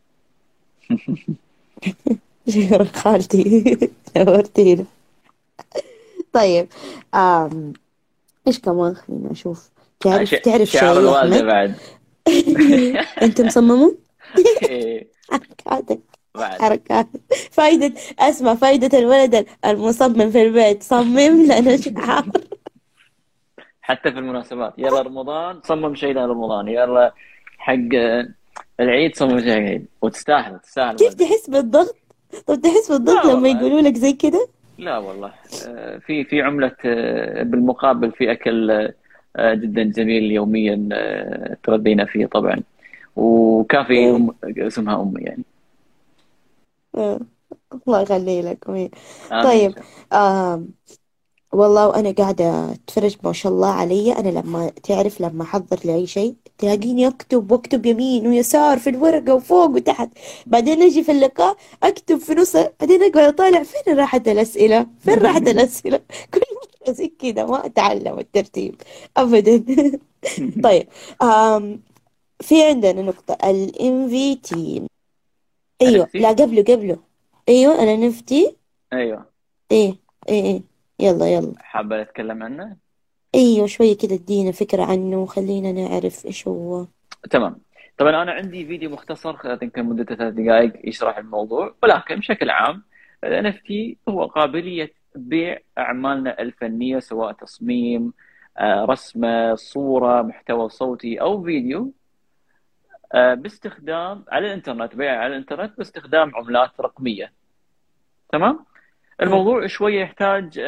شكرا خالتي. نورتينا. طيب. آم. إيش كمان خلينا أشوف. تعرف شعار شيء يا الوالده أحمد؟ بعد. أنت مصممون؟ إيه، حركاتك. بعد. حركات. أسمع فايدة الولد المصمم في البيت، صمم لنا شعار. حتى في المناسبات، يلا رمضان صمم شيء لرمضان، يلا حق العيد صمم شيء العيد، وتستاهل، تستاهل كيف والدتي. تحس بالضغط؟ طب تحس بالضغط لا لما والله، يقولوا لك زي كده؟ لا والله. في عملة بالمقابل في أكل جدا جميل يوميا تغذينا فيه طبعا، وكافي آه. اسمها أمي يعني. آه. الله يخلي لك أمي. آمين إن طيب. شاء الله. آم. والله وأنا قاعدة أتفرج ما شاء الله علي، أنا لما تعرف لما أحضر لأي شيء تلاقيني أكتب وأكتب يمين ويسار في الورقة وفوق وتحت. بعدين أجي في اللقاء أكتب في نص، بعدين أقعد أطالع فين راحت الأسئلة، فين راحت الأسئلة. كل مرة زي كذا ما أتعلم الترتيب أبدا. طيب. آم. في عندنا نقطة ال MVT. أيوة، لا عرفتي؟ قبله. أيوة أنا نفتي. أيوه. إيه. إيه. يلا يلا. حابة أتكلم عنه؟ ايوه شوية كده ادينا فكرة عنه وخلينا نعرف ايش هو. تمام. طبعا انا عندي فيديو مختصر يمكن مدته 3 دقائق يشرح الموضوع، ولكن بشكل عام ال NFT هو قابلية بيع أعمالنا الفنية، سواء تصميم، رسمة، صورة، محتوى صوتي أو فيديو، باستخدام على الإنترنت، بيع على الإنترنت باستخدام عملات رقمية. تمام. الموضوع شوية يحتاج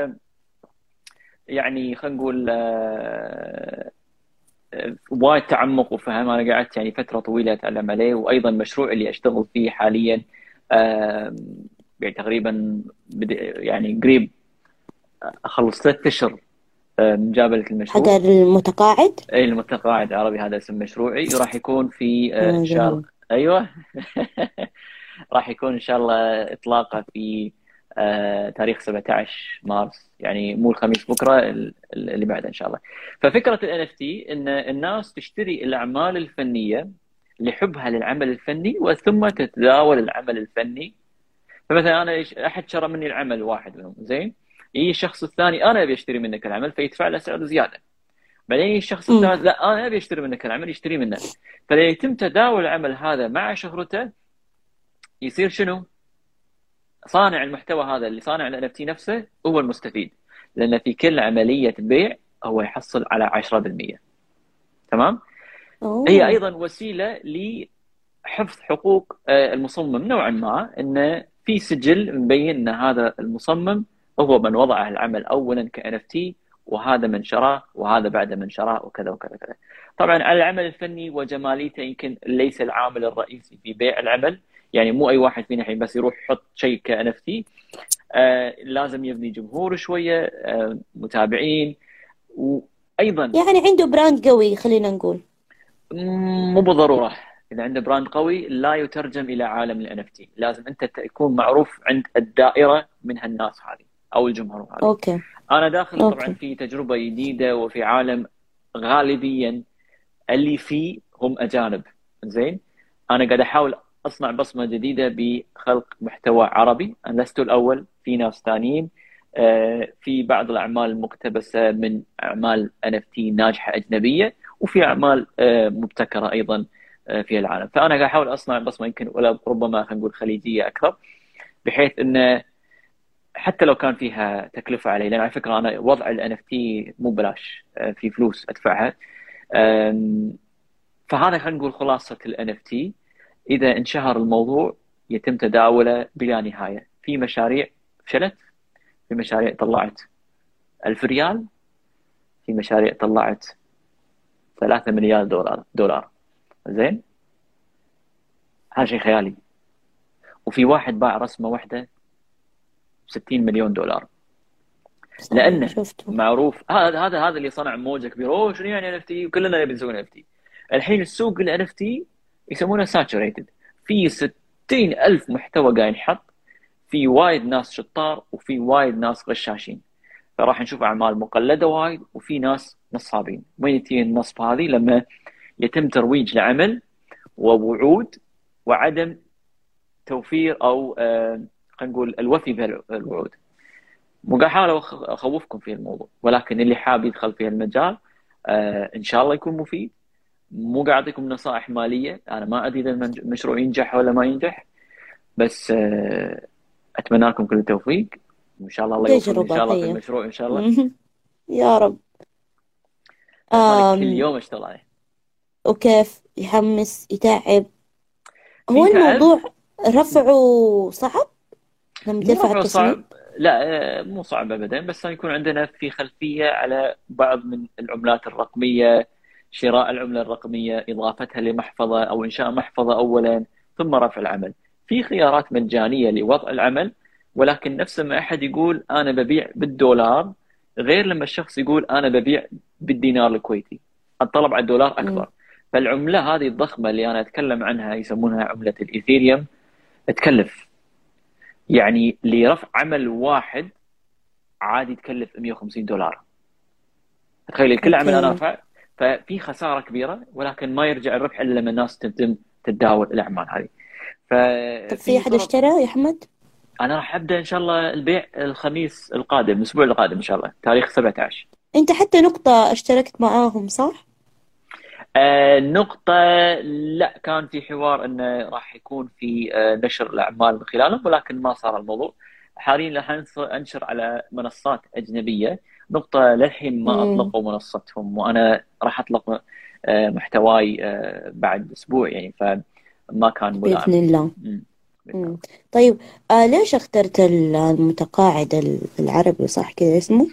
يعني خلينا نقول وايد تعمق وفهم. انا قعدت يعني فتره طويله اتعلم عليه، وايضا مشروع اللي اشتغل فيه حاليا يعني تقريبا يعني قريب اخلص 3 اشهر من جابلة حق المشروع. المتقاعد. اي، المتقاعد عربي، هذا اسم مشروعي. راح يكون في ان شاء الله. جميل. ايوه. راح يكون ان شاء الله اطلاقه في تاريخ 17 مارس، يعني مو الخميس بكره، اللي بعده ان شاء الله. ففكره ال NFT ان الناس تشتري الاعمال الفنيه لحبها للعمل الفني، وثم تتداول العمل الفني. فمثلا انا احد شرى مني العمل واحد منهم، زين، يجي الشخص الثاني انا ابي اشتري منك العمل فيدفع له سعر زياده. بعدين يجي الشخص امم. الثالث، لا انا ابي اشتري منك العمل، يشتري منه. فيتم تداول العمل هذا مع شهرته. يصير شنو؟ صانع المحتوى هذا اللي صانع ال NFT نفسه هو المستفيد، لان في كل عمليه بيع هو يحصل على 10%. تمام. هي اوه. ايضا وسيله لحفظ حقوق المصمم نوعا ما، انه في سجل مبين ان هذا المصمم هو من وضع العمل اولا ك NFT، وهذا من شراه، وهذا بعد من شراه، وكذا وكذا كذا. طبعا على العمل الفني وجماليته يمكن ليس العامل الرئيسي في بيع العمل. يعني مو اي واحد فينا الحين بس يروح يحط شيء ك NFT. لازم يبني جمهور شويه، متابعين، وايضا يعني عنده براند قوي خلينا نقول. مو بالضروره. اذا عنده براند قوي لا يترجم الى عالم ال NFT. لازم انت تكون معروف عند الدائره من هالناس هذه او الجمهور هذه. اوكي. انا داخل طبعا اوكي. في تجربه جديده، وفي عالم غالبيا اللي فيه هم اجانب. زين. انا قاعد احاول اصنع بصمه جديده بخلق محتوى عربي. انا لست الاول، في ناس ثانيين. في بعض الاعمال المقتبسه من اعمال NFT ناجحه اجنبيه، وفي اعمال مبتكره ايضا في العالم. فانا قاعد احاول اصنع بصمه يمكن ولا ربما خلينا نقول خليجيه اكثر، بحيث انه حتى لو كان فيها تكلفه علي، لان على فكره انا وضع ال NFT مو بلاش، في فلوس ادفعها. فهذا خلينا نقول خلاصة ال NFT. إذا انشهر الموضوع يتم تداوله بلا نهاية. في مشاريع فشلت، في مشاريع طلعت 1000 ريال، في مشاريع طلعت 3 مليار دولار. زين. هذا شيء خيالي. وفي واحد باع رسمة واحدة 60 مليون دولار، صحيح لأنه شفته. معروف. هذا اللي صنع موجة كبيرة. اوه شنو يعني NFT؟ وكلنا نبي نسوي NFT. الحين السوق ال NFT يسمونه ساتوريتد. في 60,000 محتوى قاعد ينحط، في وايد ناس شطار، وفي وايد ناس غشاشين. فراح نشوف أعمال مقلدة وايد، وفي ناس نصابين. وين تجي النصب هذه؟ لما يتم ترويج لعمل ووعود وعدم توفير أو خلينا نقول الوفي بالوعود. مو قاعد احاول اخوفكم في الموضوع، ولكن اللي حاب يدخل في المجال ان شاء الله يكون مفيد. مو قاعد اعطيكم نصائح ماليه، انا ما ادري اذا المشروع ينجح ولا ما ينجح، بس اتمنى لكم كل التوفيق، وان شاء الله يوفقني ان تجربة شاء الله في هي. المشروع ان شاء الله. يا رب. اتمنى كل آم. يوم اشتغل عليه. وكيف يحمس يتعب. هو في تعب. الموضوع رفعه صعب لما مو ترفع رفعه التصميم. صعب، لا مو صعب ابدا، بس يكون عندنا في خلفيه على بعض من العملات الرقميه، شراء العمله الرقميه، اضافتها لمحفظه او انشاء محفظه اولا، ثم رفع العمل. في خيارات مجانيه لوضع العمل، ولكن نفس ما احد يقول انا ببيع بالدولار، غير لما الشخص يقول انا ببيع بالدينار الكويتي. الطلب على الدولار مم. اكبر. فالعمله هذه الضخمه اللي انا اتكلم عنها يسمونها عمله الايثيريوم تكلف. يعني لرفع عمل واحد عادي تكلف $150. تخيل كل عمل انا اوكي. ارفع. ففي خساره كبيره، ولكن ما يرجع الربح الا لما الناس تتم تتداول الاعمال هذه. طب في ففي أحد طلب. اشترى يا أحمد؟ انا راح ابدا ان شاء الله البيع الخميس القادم، الاسبوع القادم ان شاء الله، تاريخ 17. أنت حتى نقطة اشتركت معاهم صح؟ نقطة. لا، كان في حوار انه راح يكون في نشر الاعمال من خلالهم، ولكن ما صار الموضوع. حاليا راح انشر على منصات اجنبية. نقطة للحين ما مم. اطلقوا منصتهم، وانا راح اطلق محتواي بعد اسبوع يعني، فما كان ملائم. بإذن الله. بالضبط. طيب، ليش اخترت المتقاعد العربي، صح كذا اسمه؟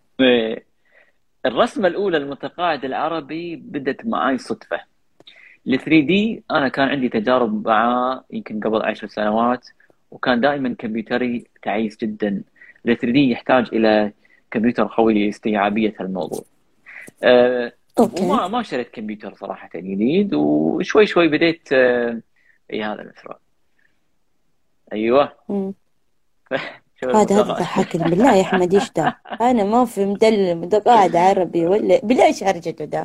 الرسمة الأولى المتقاعد العربي بدت معاي صدفة. ال 3D أنا كان عندي تجارب معاه يمكن قبل 10 سنوات، وكان دائما كمبيوتري تعيس جدا. ال 3D يحتاج إلى كمبيوتر قوي لاستيعابية الموضوع. اوكي. وما شريت كمبيوتر صراحة جديد، وشوي شوي بديت أي هذا المشروع. أيوه. مم. شو هذا المتقاعد. ضحكني بالله يا أحمد، إيش ده؟ أنا ما فهمت المتقاعد عربي ولا بلاش هرجته ده.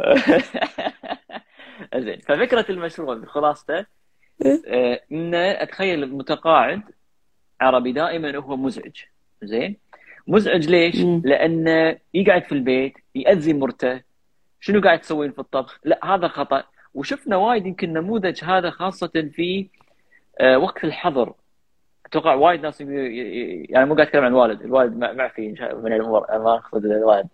زين، ففكرة المشروع بخلاصته ان اتخيل المتقاعد عربي دائما هو مزعج. زين، مزعج ليش؟ مم. لانه يقعد في البيت يأذي مرته. شنو قاعد تسوين في الطبخ؟ لا، هذا خطأ. وشفنا وايد يمكن نموذج هذا خاصة في وقت الحظر. اتوقع وايد ناس يعني مو قاعد اتكلم عن الوالد. الوالد معفي من الامور، ما اقصد الوالد.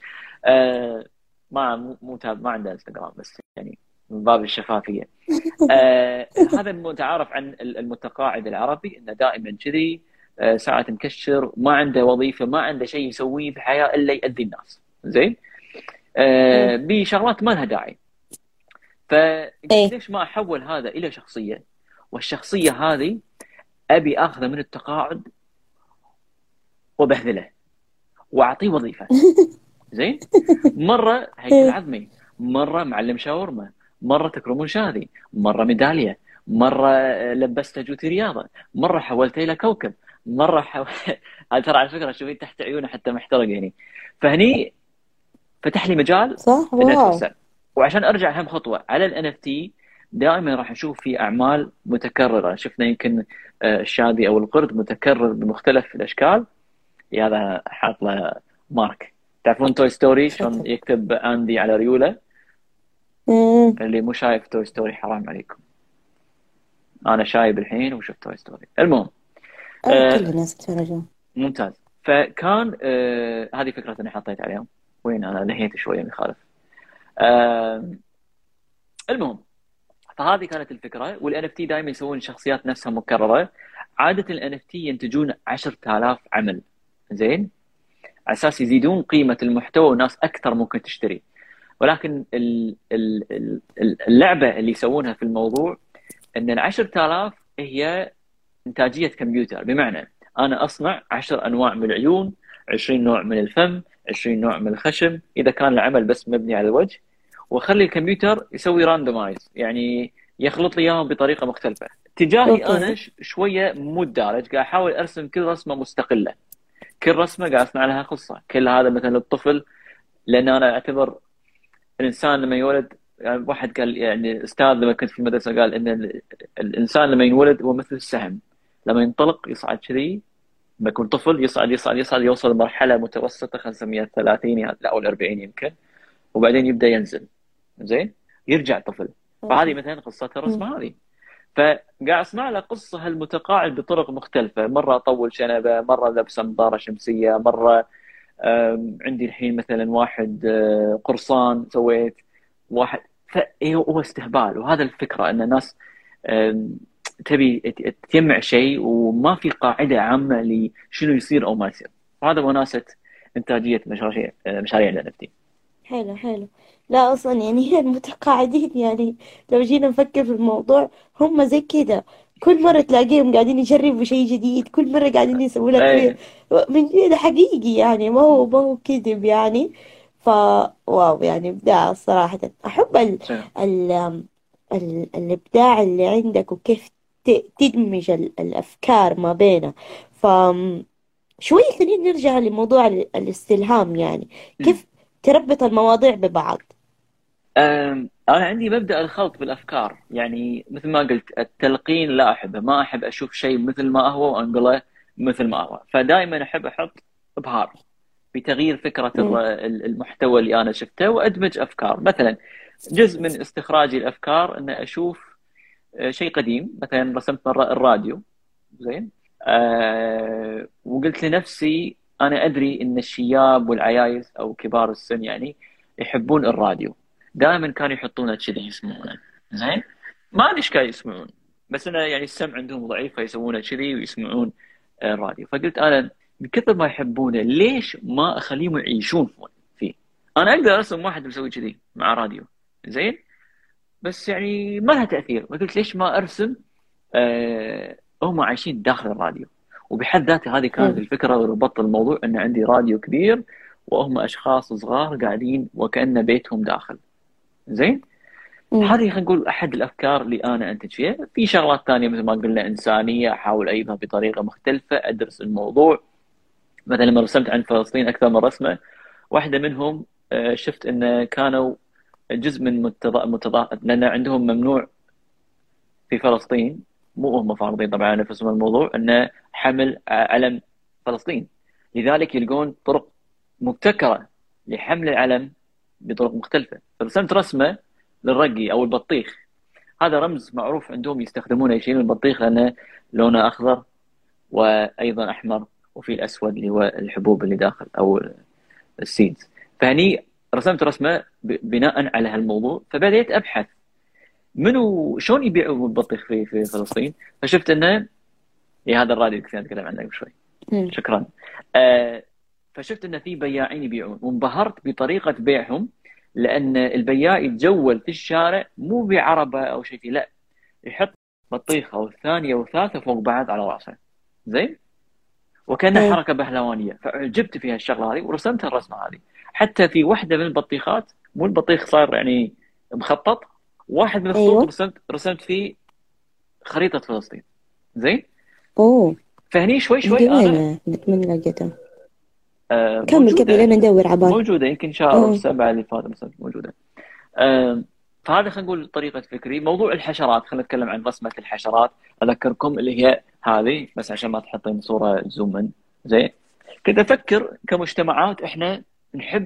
مو ما عنده انستغرام، بس يعني من باب الشفافية. هذا متعارف عن المتقاعد العربي انه دائما كذي، ساعات مكشر، ما عنده وظيفه، ما عنده شيء يسويه في الحياه الا يأذي الناس. زين، مم. بشغلات ما لها داعي. فقلت إيه. ليش ما احول هذا الى شخصيه، والشخصيه هذه ابي اخذه من التقاعد وبهذله واعطيه وظيفه. زين، مره هيكل عظمي، مره معلم شاورما، مره تكرمون شاذي، مره ميداليه، مره لبسته جوتي رياضه، مره حولته الى كوكب، مره هذا ترى على فكره شوفي تحت عيونه حتى محترق يعني. فهني فتح لي مجال صح، اني واو. اتوسع. وعشان ارجع هم خطوه على الان اف تي، دائما راح نشوف في اعمال متكرره. شفنا يمكن الشاذي او القرد متكرر بمختلف الاشكال. هذا حاط له مارك. تعرفون توي ستوري شلون شكرا. يكتب اندي على ريوله؟ مم. اللي مو شايف توي ستوري حرام عليكم. انا شايب الحين وشفت توي ستوري. المهم، كل آه الناس يتفرجون. ممتاز. فكان هذه فكره اني حطيت عليهم. وين انا نهيت شويه مخالف. آه المهم، فهذه كانت الفكره. والان اف تي دائما يسوون شخصيات نفسها مكرره. عاده الان اف تي ينتجون 10,000 عمل. زين، على اساس يزيدون قيمه المحتوى والناس اكثر ممكن تشتري. ولكن اللعبه اللي يسوونها في الموضوع ان ال 10,000 هي انتاجيه كمبيوتر. بمعنى انا اصنع 10 انواع من العيون، 20 نوع من الفم، 20 نوع من الخشم اذا كان العمل بس مبني على الوجه، واخلي الكمبيوتر يسوي راندومايز، يعني يخلط لي اياهم بطريقه مختلفه. اتجاهي انا اوكي. شويه مو دارج، قاعد احاول ارسم كل رسمه مستقله. كل رسمه قاعد اصنع لها قصه. كل هذا مثلا الطفل، لان انا اعتبر الانسان لما يولد، يعني واحد قال، يعني استاذ لما كنت في المدرسه قال ان الانسان لما ينولد هو مثل السهم، لما ينطلق يصعد كذي. لما يكون طفل يصعد يصعد يصعد يوصل لمرحله متوسطه 530 لا او 40 يمكن، وبعدين يبدا ينزل. زين، يرجع طفل. فهذه اوكي. مثلا قصه مم. الرسمه هذه. فقاعد اسمع له قصه هالمتقاعد بطرق مختلفه. مره اطول شنبه، مره لابسه نظاره شمسيه، مره عندي الحين مثلا واحد قرصان سويت واحد. هو استهبال. وهذا الفكره ان الناس تبي تجمع شيء وما في قاعده عامه لشنو يصير او ما يصير. وهذا وناسه انتاجيه مشاريع ال NFT. حلو حلو. لا أصلا يعني المتقاعدين يعني لو جينا نفكر في الموضوع، هم زي كده. كل مرة تلاقيهم قاعدين يجربوا شيء جديد، كل مرة قاعدين يسووا لك فيه. ايه. من جد حقيقي يعني، ما هو كذب يعني. ف واو، يعني إبداع صراحة. أحب شنو؟ ال... الإبداع اللي عندك، وكيف تدمج الأفكار ما بينها. ف شوي خلينا نرجع لموضوع الاستلهام يعني. مم. كيف تربط المواضيع ببعض؟ انا عندي مبدأ الخلط بالافكار. يعني مثل ما قلت التلقين لا احبه. ما احب اشوف شيء مثل ما هو وانقله مثل ما هو. فدائما احب احط ابهار بتغيير فكره مم. المحتوى اللي انا شفته، وادمج افكار. مثلا جزء من استخراجي الافكار ان اشوف شيء قديم، مثلا رسمت مرة الراديو، زين، وقلت لنفسي انا ادري ان الشياب والعيايز او كبار السن يعني يحبون الراديو، دائما كانوا يحطونه كذي يسمعونه، زين، ما ادري ايش كانوا يسمعون، بس انا يعني السمع عندهم ضعيف فيسوونه كذي ويسمعون الراديو. فقلت انا من كثر ما يحبونه ليش ما اخليهم يعيشون فيه؟ انا اقدر ارسم واحد مسوي كذي مع راديو، زين، بس يعني ما لها تاثير. فقلت ليش ما ارسم هم عايشين داخل الراديو. وبحد ذاتها هذه كانت الفكره، وربطت الموضوع ان عندي راديو كبير وهم اشخاص صغار قاعدين وكأن بيتهم داخل، زين. هذه خلينا نقول احد الافكار اللي انا انتج فيها. في شغلات ثانيه مثل ما قلنا انسانيه، احاول ايضا بطريقه مختلفه ادرس الموضوع. مثلا لما رسمت عن فلسطين اكثر من رسمه، واحده منهم شفت ان كانوا جزء من لان عندهم ممنوع في فلسطين، مو هم فارضين طبعا على نفسهم الموضوع، انه حمل علم فلسطين، لذلك يلقون طرق مبتكره لحمل العلم بطرق مختلفه. فرسمت رسمه للرقي او البطيخ، هذا رمز معروف عندهم يستخدمونه، يشيلون البطيخ لانه لونه اخضر وايضا احمر، وفي الاسود اللي هو الحبوب اللي داخل او السيدز. فهني رسمت رسمه بناء على هالموضوع، فبديت ابحث شلون يبيعوا البطيخ في فلسطين. فشفت انه هذا الراديو اللي كنت اتكلم عنه قبل شوي، شكرا. فشفت ان في بياعين يبيعون، وانبهرت بطريقه بيعهم، لان البياع يتجول في الشارع مو بعربه او شيء، لا، يحط بطيخه والثانيه والثالثه فوق بعض على راسه، زين، وكانها حركه بهلوانيه. فعجبت في هالشغله هذه ورسمت الرسمه هذه. حتى في واحده من البطيخات، مو البطيخ صار يعني مخطط، واحد من الخطوط رسمت فيه خريطه فلسطين، زين. فهني شوي انا نتمنى لقيتها. كمل قبل لا ندور عبال. موجوده يمكن شهر 7 اللي فات مثلا موجوده. فهذا خلينا نقول طريقه فكري. موضوع الحشرات، خلينا نتكلم عن رسمه الحشرات. اذكركم اللي هي هذه بس عشان ما تحطين صوره زوم ان، زين. كنت افكر كمجتمعات احنا نحب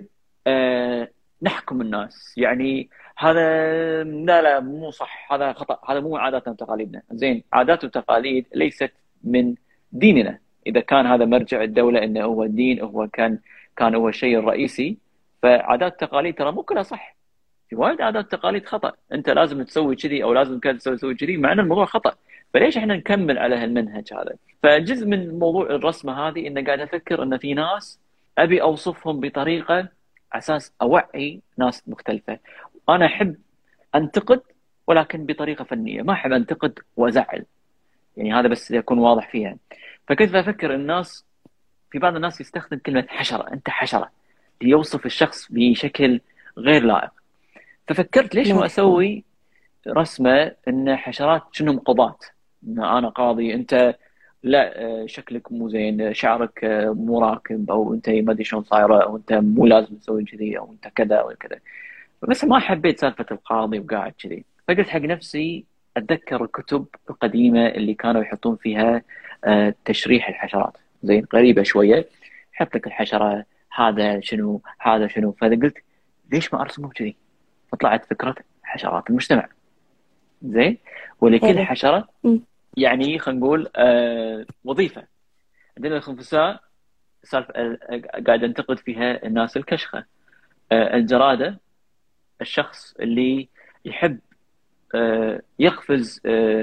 نحكم الناس، يعني هذا لا مو صح، هذا خطأ، هذا مو عاداتنا وتقاليدنا، زين. عادات وتقاليد ليست من ديننا. إذا كان هذا مرجع الدولة إنه هو الدين، هو كان هو الشيء الرئيسي، فعادات التقاليد ترى مو كلها صح. في وايد عادات تقاليد خطأ، أنت لازم تسوي كذي أو لازم كذا تسوي كذي، مع أن الموضوع خطأ. فليش إحنا نكمل على هالمنهج هذا؟ فجزء من موضوع الرسمة هذه إنه قاعد أفكر إن في ناس أبي أوصفهم بطريقة أساس أوعي ناس مختلفة. أنا أحب أنتقد ولكن بطريقة فنية، ما أحب أنتقد وأزعل، يعني هذا بس يكون واضح فيها. فكنت أفكر الناس، في بعض الناس يستخدم كلمة حشرة، أنت حشرة، ليوصف الشخص بشكل غير لائق. ففكرت ليش ما أسوي رسمة إن حشرات شنهم قضاة، إن أنا قاضي، أنت لا شكلك مو زين، شعرك مو راكب، أو أنت ما أدري شلون صايرة، أو أنت مو لازم تسوي كذي، أو أنت كذا أو كذا. بس ما حبيت سالفة القاضي وقاعد كذي. فقلت حق نفسي أتذكر الكتب القديمة اللي كانوا يحطون فيها تشريح الحشرات، زين، غريبة شوية، يحط لك الحشرة هذا شنو هذا شنو. فقلت ليش ما أرسمه كذي؟ فطلعت فكرة حشرات المجتمع، زين، ولكل حشرة يعني خلينا نقول وظيفة. عندنا الخنفساء سالفة قاعد أنتقد فيها الناس الكشخة. الجرادة الشخص اللي يحب يقفز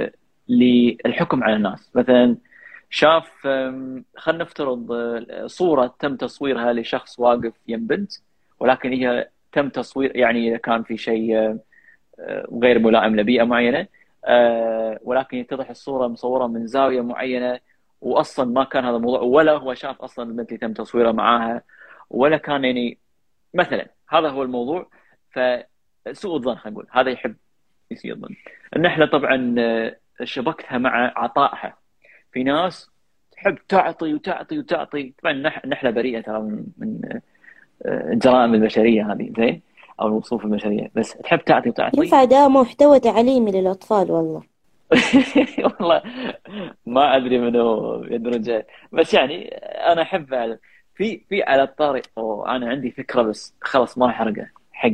للحكم على الناس. مثلا شاف خلينا نفترض صورة تم تصويرها لشخص واقف يم بنت، ولكن هي تم تصوير، يعني كان في شيء غير ملائم لبيئة معينة، ولكن يتضح الصورة مصورة من زاوية معينة، وأصلا ما كان هذا الموضوع، ولا هو شاف أصلا البنت اللي تم تصويرها معاها، ولا كان يعني مثلا هذا هو الموضوع. فسوء الظن خلينا نقول هذا يحب يسيء الظن. النحلة طبعا شبكتها مع عطائها. في ناس تحب تعطي وتعطي وتعطي، طبعا النحلة بريئة ترى من الجرائم البشرية هذه، زين، أو الوصوف البشرية، بس تحب تعطي وتعطي. ينفع ده محتوى تعليمي للأطفال والله. والله ما أدري منو يدرجه، بس يعني أنا أحب في على الطارئ، أنا عندي فكرة بس خلاص ما أحرقه،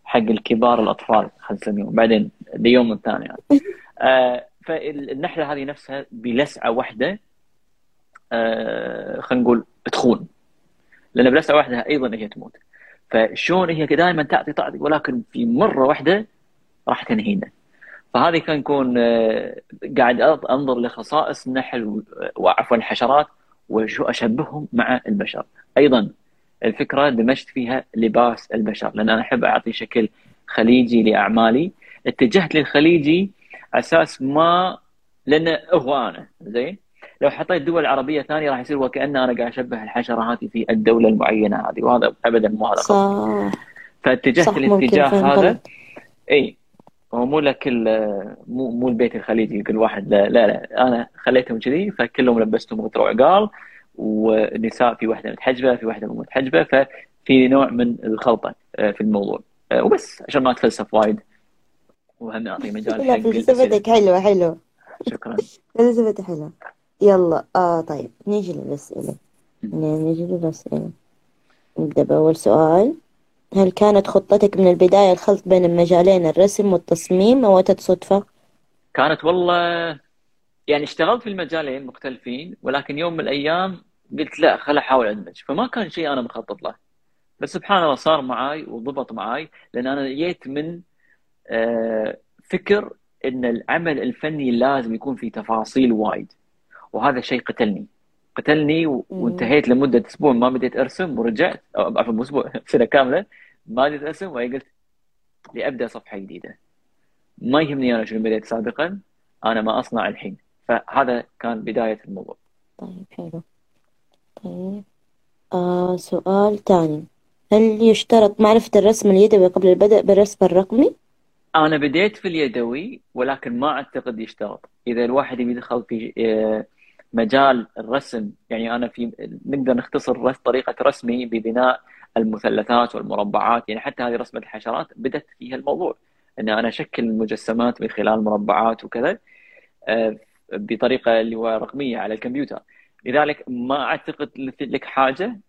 حق الكبار الأطفال خلينا نسميهم بعدين ليوم ثاني يعني. فالنحلة هذه نفسها بلسعة واحدة خلينا نقول تخون، لأن بلسعة واحدة أيضا هي تموت. فشون هي دائما تعطي ولكن في مرة واحدة راح تنهينا. فهذه كان يكون قاعد انظر لخصائص النحل وعفوا الحشرات وشو اشبههم مع البشر. ايضا الفكره دمجت فيها لباس البشر، لان انا احب اعطي شكل خليجي لاعمالي. اتجهت للخليجي اساس ما، لان هو انا زين لو حطيت دول عربيه ثانيه راح يصير وكأن انا قاعد اشبه الحشره هذه في الدوله المعينه هذه، وهذا ابدا مو هذا قصدي. صح فاتجهت صح، ممكن الاتجاه فهم هذا. غلط. اي هو مو لكل مو البيت الخليجي كل واحد، لا لا, لا. انا خليتهم كذي، فكلهم لبستهم غطرة وعقال، ونساء في واحده متحجبه في واحده مو متحجبه، ففي نوع من الخلطه في الموضوع. وبس عشان ما اتفلسف وايد، وهم اعطي مجال حق لا، الاسئله. فلسفتك حلوة حلوة. شكرا. فلسفتك حلوة. يلا طيب نيجي للأسئلة. نيجي للأسئلة. نبدأ بأول سؤال. هل كانت خطتك من البداية الخلط بين المجالين الرسم والتصميم أو أتت صدفة؟ كانت والله يعني اشتغلت في المجالين مختلفين، ولكن يوم من الايام قلت لا خل احاول ادمج، فما كان شيء انا مخطط له، بس سبحان الله صار معاي وضبط معاي، لان انا جيت من فكر ان العمل الفني لازم يكون فيه تفاصيل وايد، وهذا الشيء قتلني مم. وانتهيت لمده اسبوع ما بديت ارسم، ورجعت عفوا مو اسبوع سنه كامله ما بديت ارسم، وقلت لابدا صفحه جديده، ما يهمني انا شنو بديت سابقا، انا ما اصنع الحين. فهذا كان بدايه الموضوع. طيب حلو. طيب سؤال تاني. هل يشترط معرفة الرسم اليدوي قبل البدء بالرسم الرقمي؟ انا بديت في اليدوي، ولكن ما اعتقد يشترط اذا الواحد يبي يدخل في مجال الرسم. يعني انا في نقدر نختصر طريقه رسمي ببناء المثلثات والمربعات، يعني حتى هذه رسمه الحشرات بدأت فيها الموضوع ان انا اشكل المجسمات من خلال مربعات وكذا بطريقه اللي هو رقميه على الكمبيوتر. لذلك ما اعتقد لك حاجه،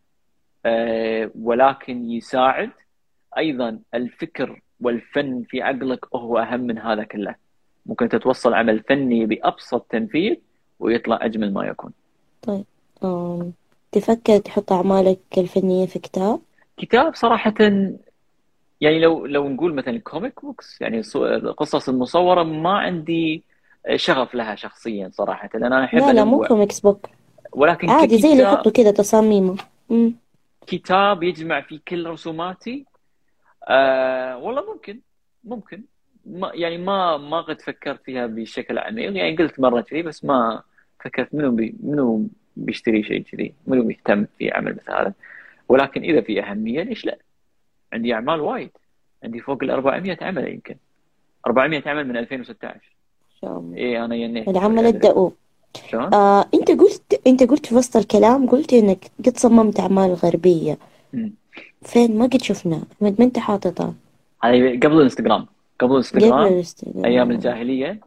ولكن يساعد. ايضا الفكر والفن في عقلك هو اهم من هذا كله. ممكن تتوصل عمل فني بابسط تنفيذ ويطلع اجمل ما يكون. طيب تفكر تحط أعمالك الفنية في كتاب؟ كتاب صراحه، يعني لو نقول مثلا كوميك بوكس، يعني القصص المصوره، ما عندي شغف لها شخصيا صراحه، لان انا احب لا لا، مو انوع. كوميكس بوك. ولكن عادي زي اللي ككتاب، يحطوا كذا تصاميمه. مم. كتاب يجمع فيه كل رسوماتي، والله ممكن ما يعني ما قد فكرت فيها بشكل عميق، يعني قلت مرة كذي بس ما فكرت منو بيشتري شيء كذي، منو بيهتم في عمل مثل هذا. ولكن إذا في أهمية ليش لا؟ عندي أعمال وايد، عندي فوق ال 400 عمل، يمكن 400 عمل من 2016. إن شاء الله. إيه أنا ينيت العمل أدري الدؤوب. شلون؟ أنت قلت في وسط الكلام، قلت إنك قد صممت أعمال غربية. مم. فين؟ ما قد شفناه، ما أنت حاططها. هذه قبل الانستغرام، قبل قبل الانستغرام أيام الاستديو. الجاهلية.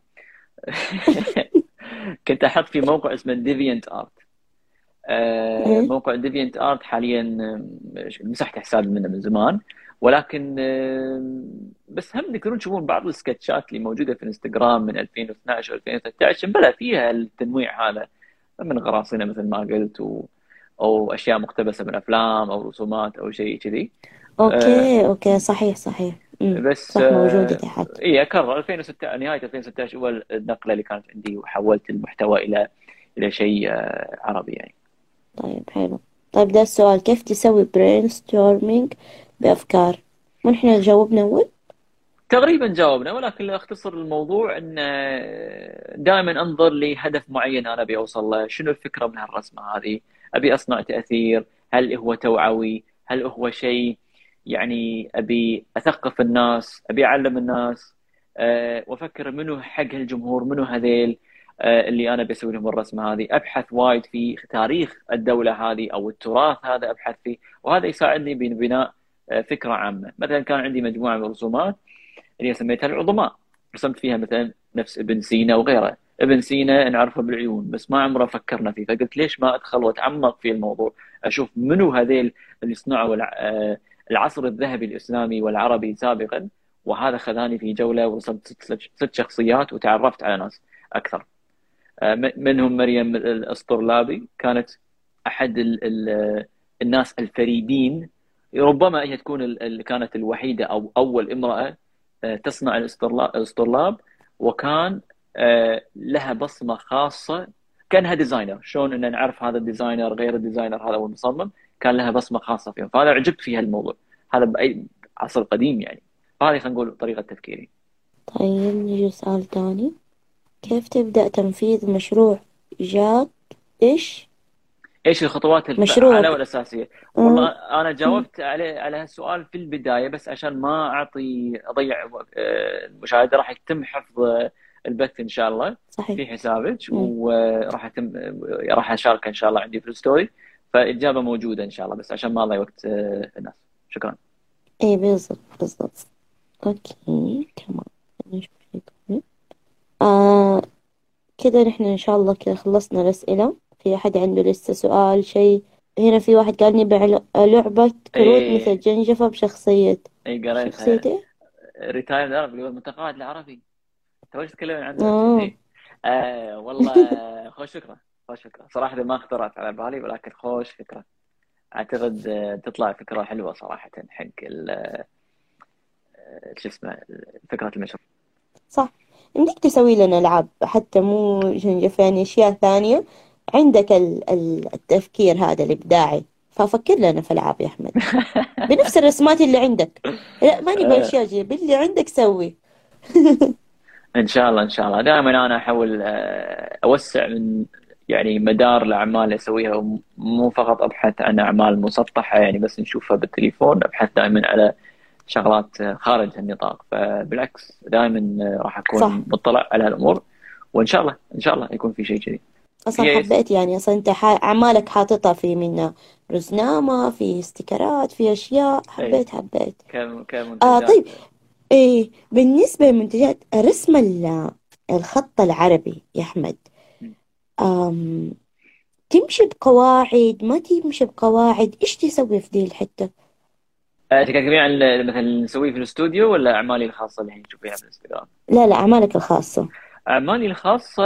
كنت أحط في موقع اسمه ديفيانت آرت. إيه؟ موقع ديفيانت ارت حاليا مسحت حسابي منه من زمان، ولكن بس هم تقدرون تشوفون بعض السكتشات اللي موجوده في الانستغرام من 2012 و2013 بلا فيها التنويع هذا من قراصنه مثل ما قلت، او اشياء مقتبسه من افلام او رسومات او شيء كذي. آه، أوكي صحيح صحيح. بس صح، موجودة تحت. اي اكرر 2006 نهايه 2016 اول النقله اللي كانت عندي، وحولت المحتوى الى شيء عربي يعني. طيب حلو. طيب ده السؤال، كيف تسوي brainstorming بأفكار؟ ونحن جاوبنا أول. تقريبا جاوبنا، ولكن اختصر الموضوع ان دائما انظر لهدف معين انا ابي اوصل له، شنو الفكره من هالرسمه هذه؟ ابي اصنع تاثير، هل هو توعوي، هل هو شيء يعني ابي اثقف الناس، ابي اعلم الناس، وافكر منو حق الجمهور، منو هذيل اللي انا بسوي لهم الرسمه هذه. ابحث وايد في تاريخ الدوله هذه او التراث هذا، ابحث فيه، وهذا يساعدني ببناء فكره عامه. مثلا كان عندي مجموعه من الرسومات اللي سميتها العظماء، رسمت فيها مثلا نفس ابن سينا وغيره. ابن سينا نعرفه بالعيون بس ما عمره فكرنا فيه، فقلت ليش ما ادخل واتعمق في الموضوع، اشوف منو هذيل اللي صنعوا العصر الذهبي الإسلامي والعربي سابقا، وهذا خذاني في جولة وصلت ست شخصيات وتعرفت على ناس أكثر. منهم مريم الأسطرلابي، كانت أحد الناس الفريدين، ربما هي تكون كانت الوحيدة أو أول امرأة تصنع الأسطرلاب، وكان لها بصمة خاصة، كانها ديزاينر. شلون ان نعرف هذا الديزاينر غير الديزاينر، هذا هو المصمم، كان لها بصمة خاصة فيهم، فهذا عجبت في هالموضوع. هذا بأي عصر قديم يعني. هذه خلينا نقول طريقة تفكيري. طيب نجي سؤال تاني. كيف تبدأ تنفيذ مشروع جاك إيش؟ ايش الخطوات مشروع. الفعالة والأساسية؟ والله آه. انا مم. جاوبت على هالسؤال في البداية، بس عشان ما اضيع المشاهدة، راح يتم حفظ البث ان شاء الله صحيح. في حسابك، مم. وراح يتم راح اشاركه ان شاء الله عندي في الستوري، فالاجابة موجودة ان شاء الله، بس عشان ما اضيع وقت الناس. شكرا. إيه بالضبط بالضبط. أوكي كمان نشوف لكم. آه كده نحن إن شاء الله كده خلصنا الأسئلة. في أحد عنده لسه سؤال شيء؟ هنا في واحد قال نبيع لعبة كروت مثل ايه جنجفة بشخصية. ايه شخصية قريتها. إيه؟ ريتاير العربي اللي هو المتقاعد العربي، تو تتكلمون عنه انت. آه. ايه والله خوش فكرة. خوش فكرة صراحة، ما خطرت على بالي، ولكن خوش فكرة. اعتقد تطلع فكرة حلوة صراحة حق شو اسمه، فكرة المشروع. صح. بدك تسوي لنا ألعاب حتى مو جنجفة، يعني أشياء ثانية. عندك التفكير هذا الإبداعي، ففكر لنا في ألعاب يا أحمد بنفس الرسمات اللي عندك. لا ما نبغى أشياء جديدة، باللي عندك سوي. ان شاء الله ان شاء الله. دائما انا احاول اوسع من يعني مدار الاعمال اللي اسويها، مو فقط ابحث عن اعمال مسطحه يعني بس نشوفها بالتليفون، ابحث دائما على شغلات خارج النطاق. فبالعكس دائما راح صح. اكون مطلع على الامور، وان شاء الله ان شاء الله يكون في شيء جديد. أصلا في حبيت يعني، أصلا أنت أعمالك حاططها في منها رزنامة، في استيكرات، في أشياء. اي حبيت. كمنتجات. طيب. إيه بالنسبة للمنتجات، رسم الخط العربي يا أحمد، أم تمشي بقواعد ما تمشي بقواعد؟ إيش تسوي في دي الحتة؟ تتكلمين عن مثلا نسويه في الاستوديو ولا اعمالي الخاصه اللي الحين تشوفينها في الانستغرام؟ لا لا، أعمالك الخاصة. اعمالي الخاصه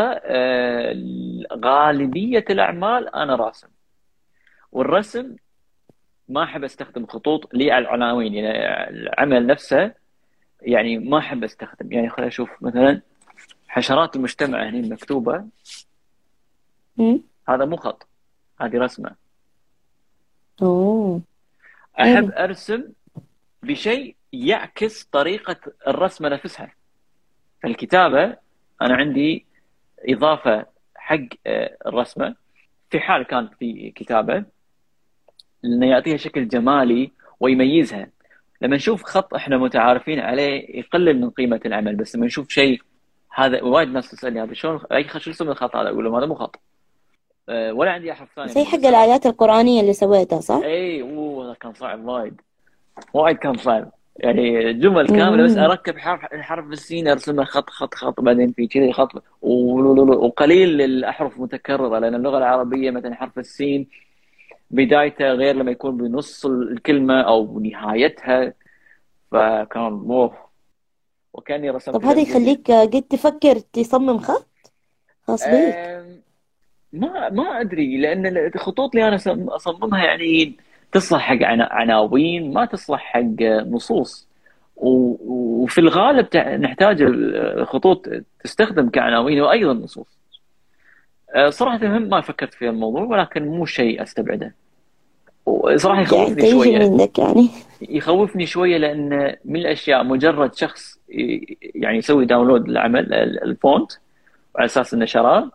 غالبيه الاعمال انا راسم، والرسم ما احب استخدم خطوط لي على العناوين، يعني العمل نفسه يعني ما احب استخدم. يعني خلينا نشوف مثلا حشرات المجتمع هنا مكتوبه، مم؟ هذا مو خط، هذه رسمه. أوه. احب حلو. ارسم بشيء يعكس طريقه الرسمه نفسها. فالكتابه انا عندي اضافه حق الرسمه، في حال كانت في كتابه، لانه يعطيها شكل جمالي ويميزها. لما نشوف خط احنا متعارفين عليه يقلل من قيمه العمل، بس لما نشوف شيء، هذا وايد ناس تسالني هذا شلون، شو اسم الخط هذا؟ اقول لهم هذا مو خط، ولا عندي احرف ثانيه زي فيه، حق بس انا الآيات القرآنية اللي سويتها صح؟ اي هذا كان صعب وايد، وايد كان صعب. يعني جمل كامله بس مم. اركب حرف السين ارسمه خط خط خط، بعدين في كذي خط وقليل الاحرف متكرره، لان اللغه العربيه مثلا حرف السين بدايته غير لما يكون بنص الكلمه او نهايتها، فكان اوه، وكاني رسمت طب هذا الانبوبه. يخليك قد تفكر تصمم خط خاص بيك؟ أم، ما ادري، لان الخطوط اللي انا اصممها يعني تصلح حق عناوين، ما تصلح حق نصوص، وفي الغالب نحتاج الخطوط تستخدم كعناوين وايضا نصوص. صراحه ما فكرت في الموضوع، ولكن مو شيء استبعده، وصراحه يعني يخوفني تيجي شويه. منك يعني. يخوفني شويه لان من الاشياء مجرد شخص يعني يسوي داونلود للعمل الفونت على اساس انه شراه،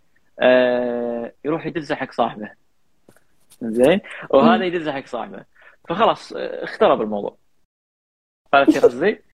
يروح يدزه حق صاحبه، زين، وهذا مم. يدزه حق صاحبه، فخلاص اخترب الموضوع. عرفتي قصدي؟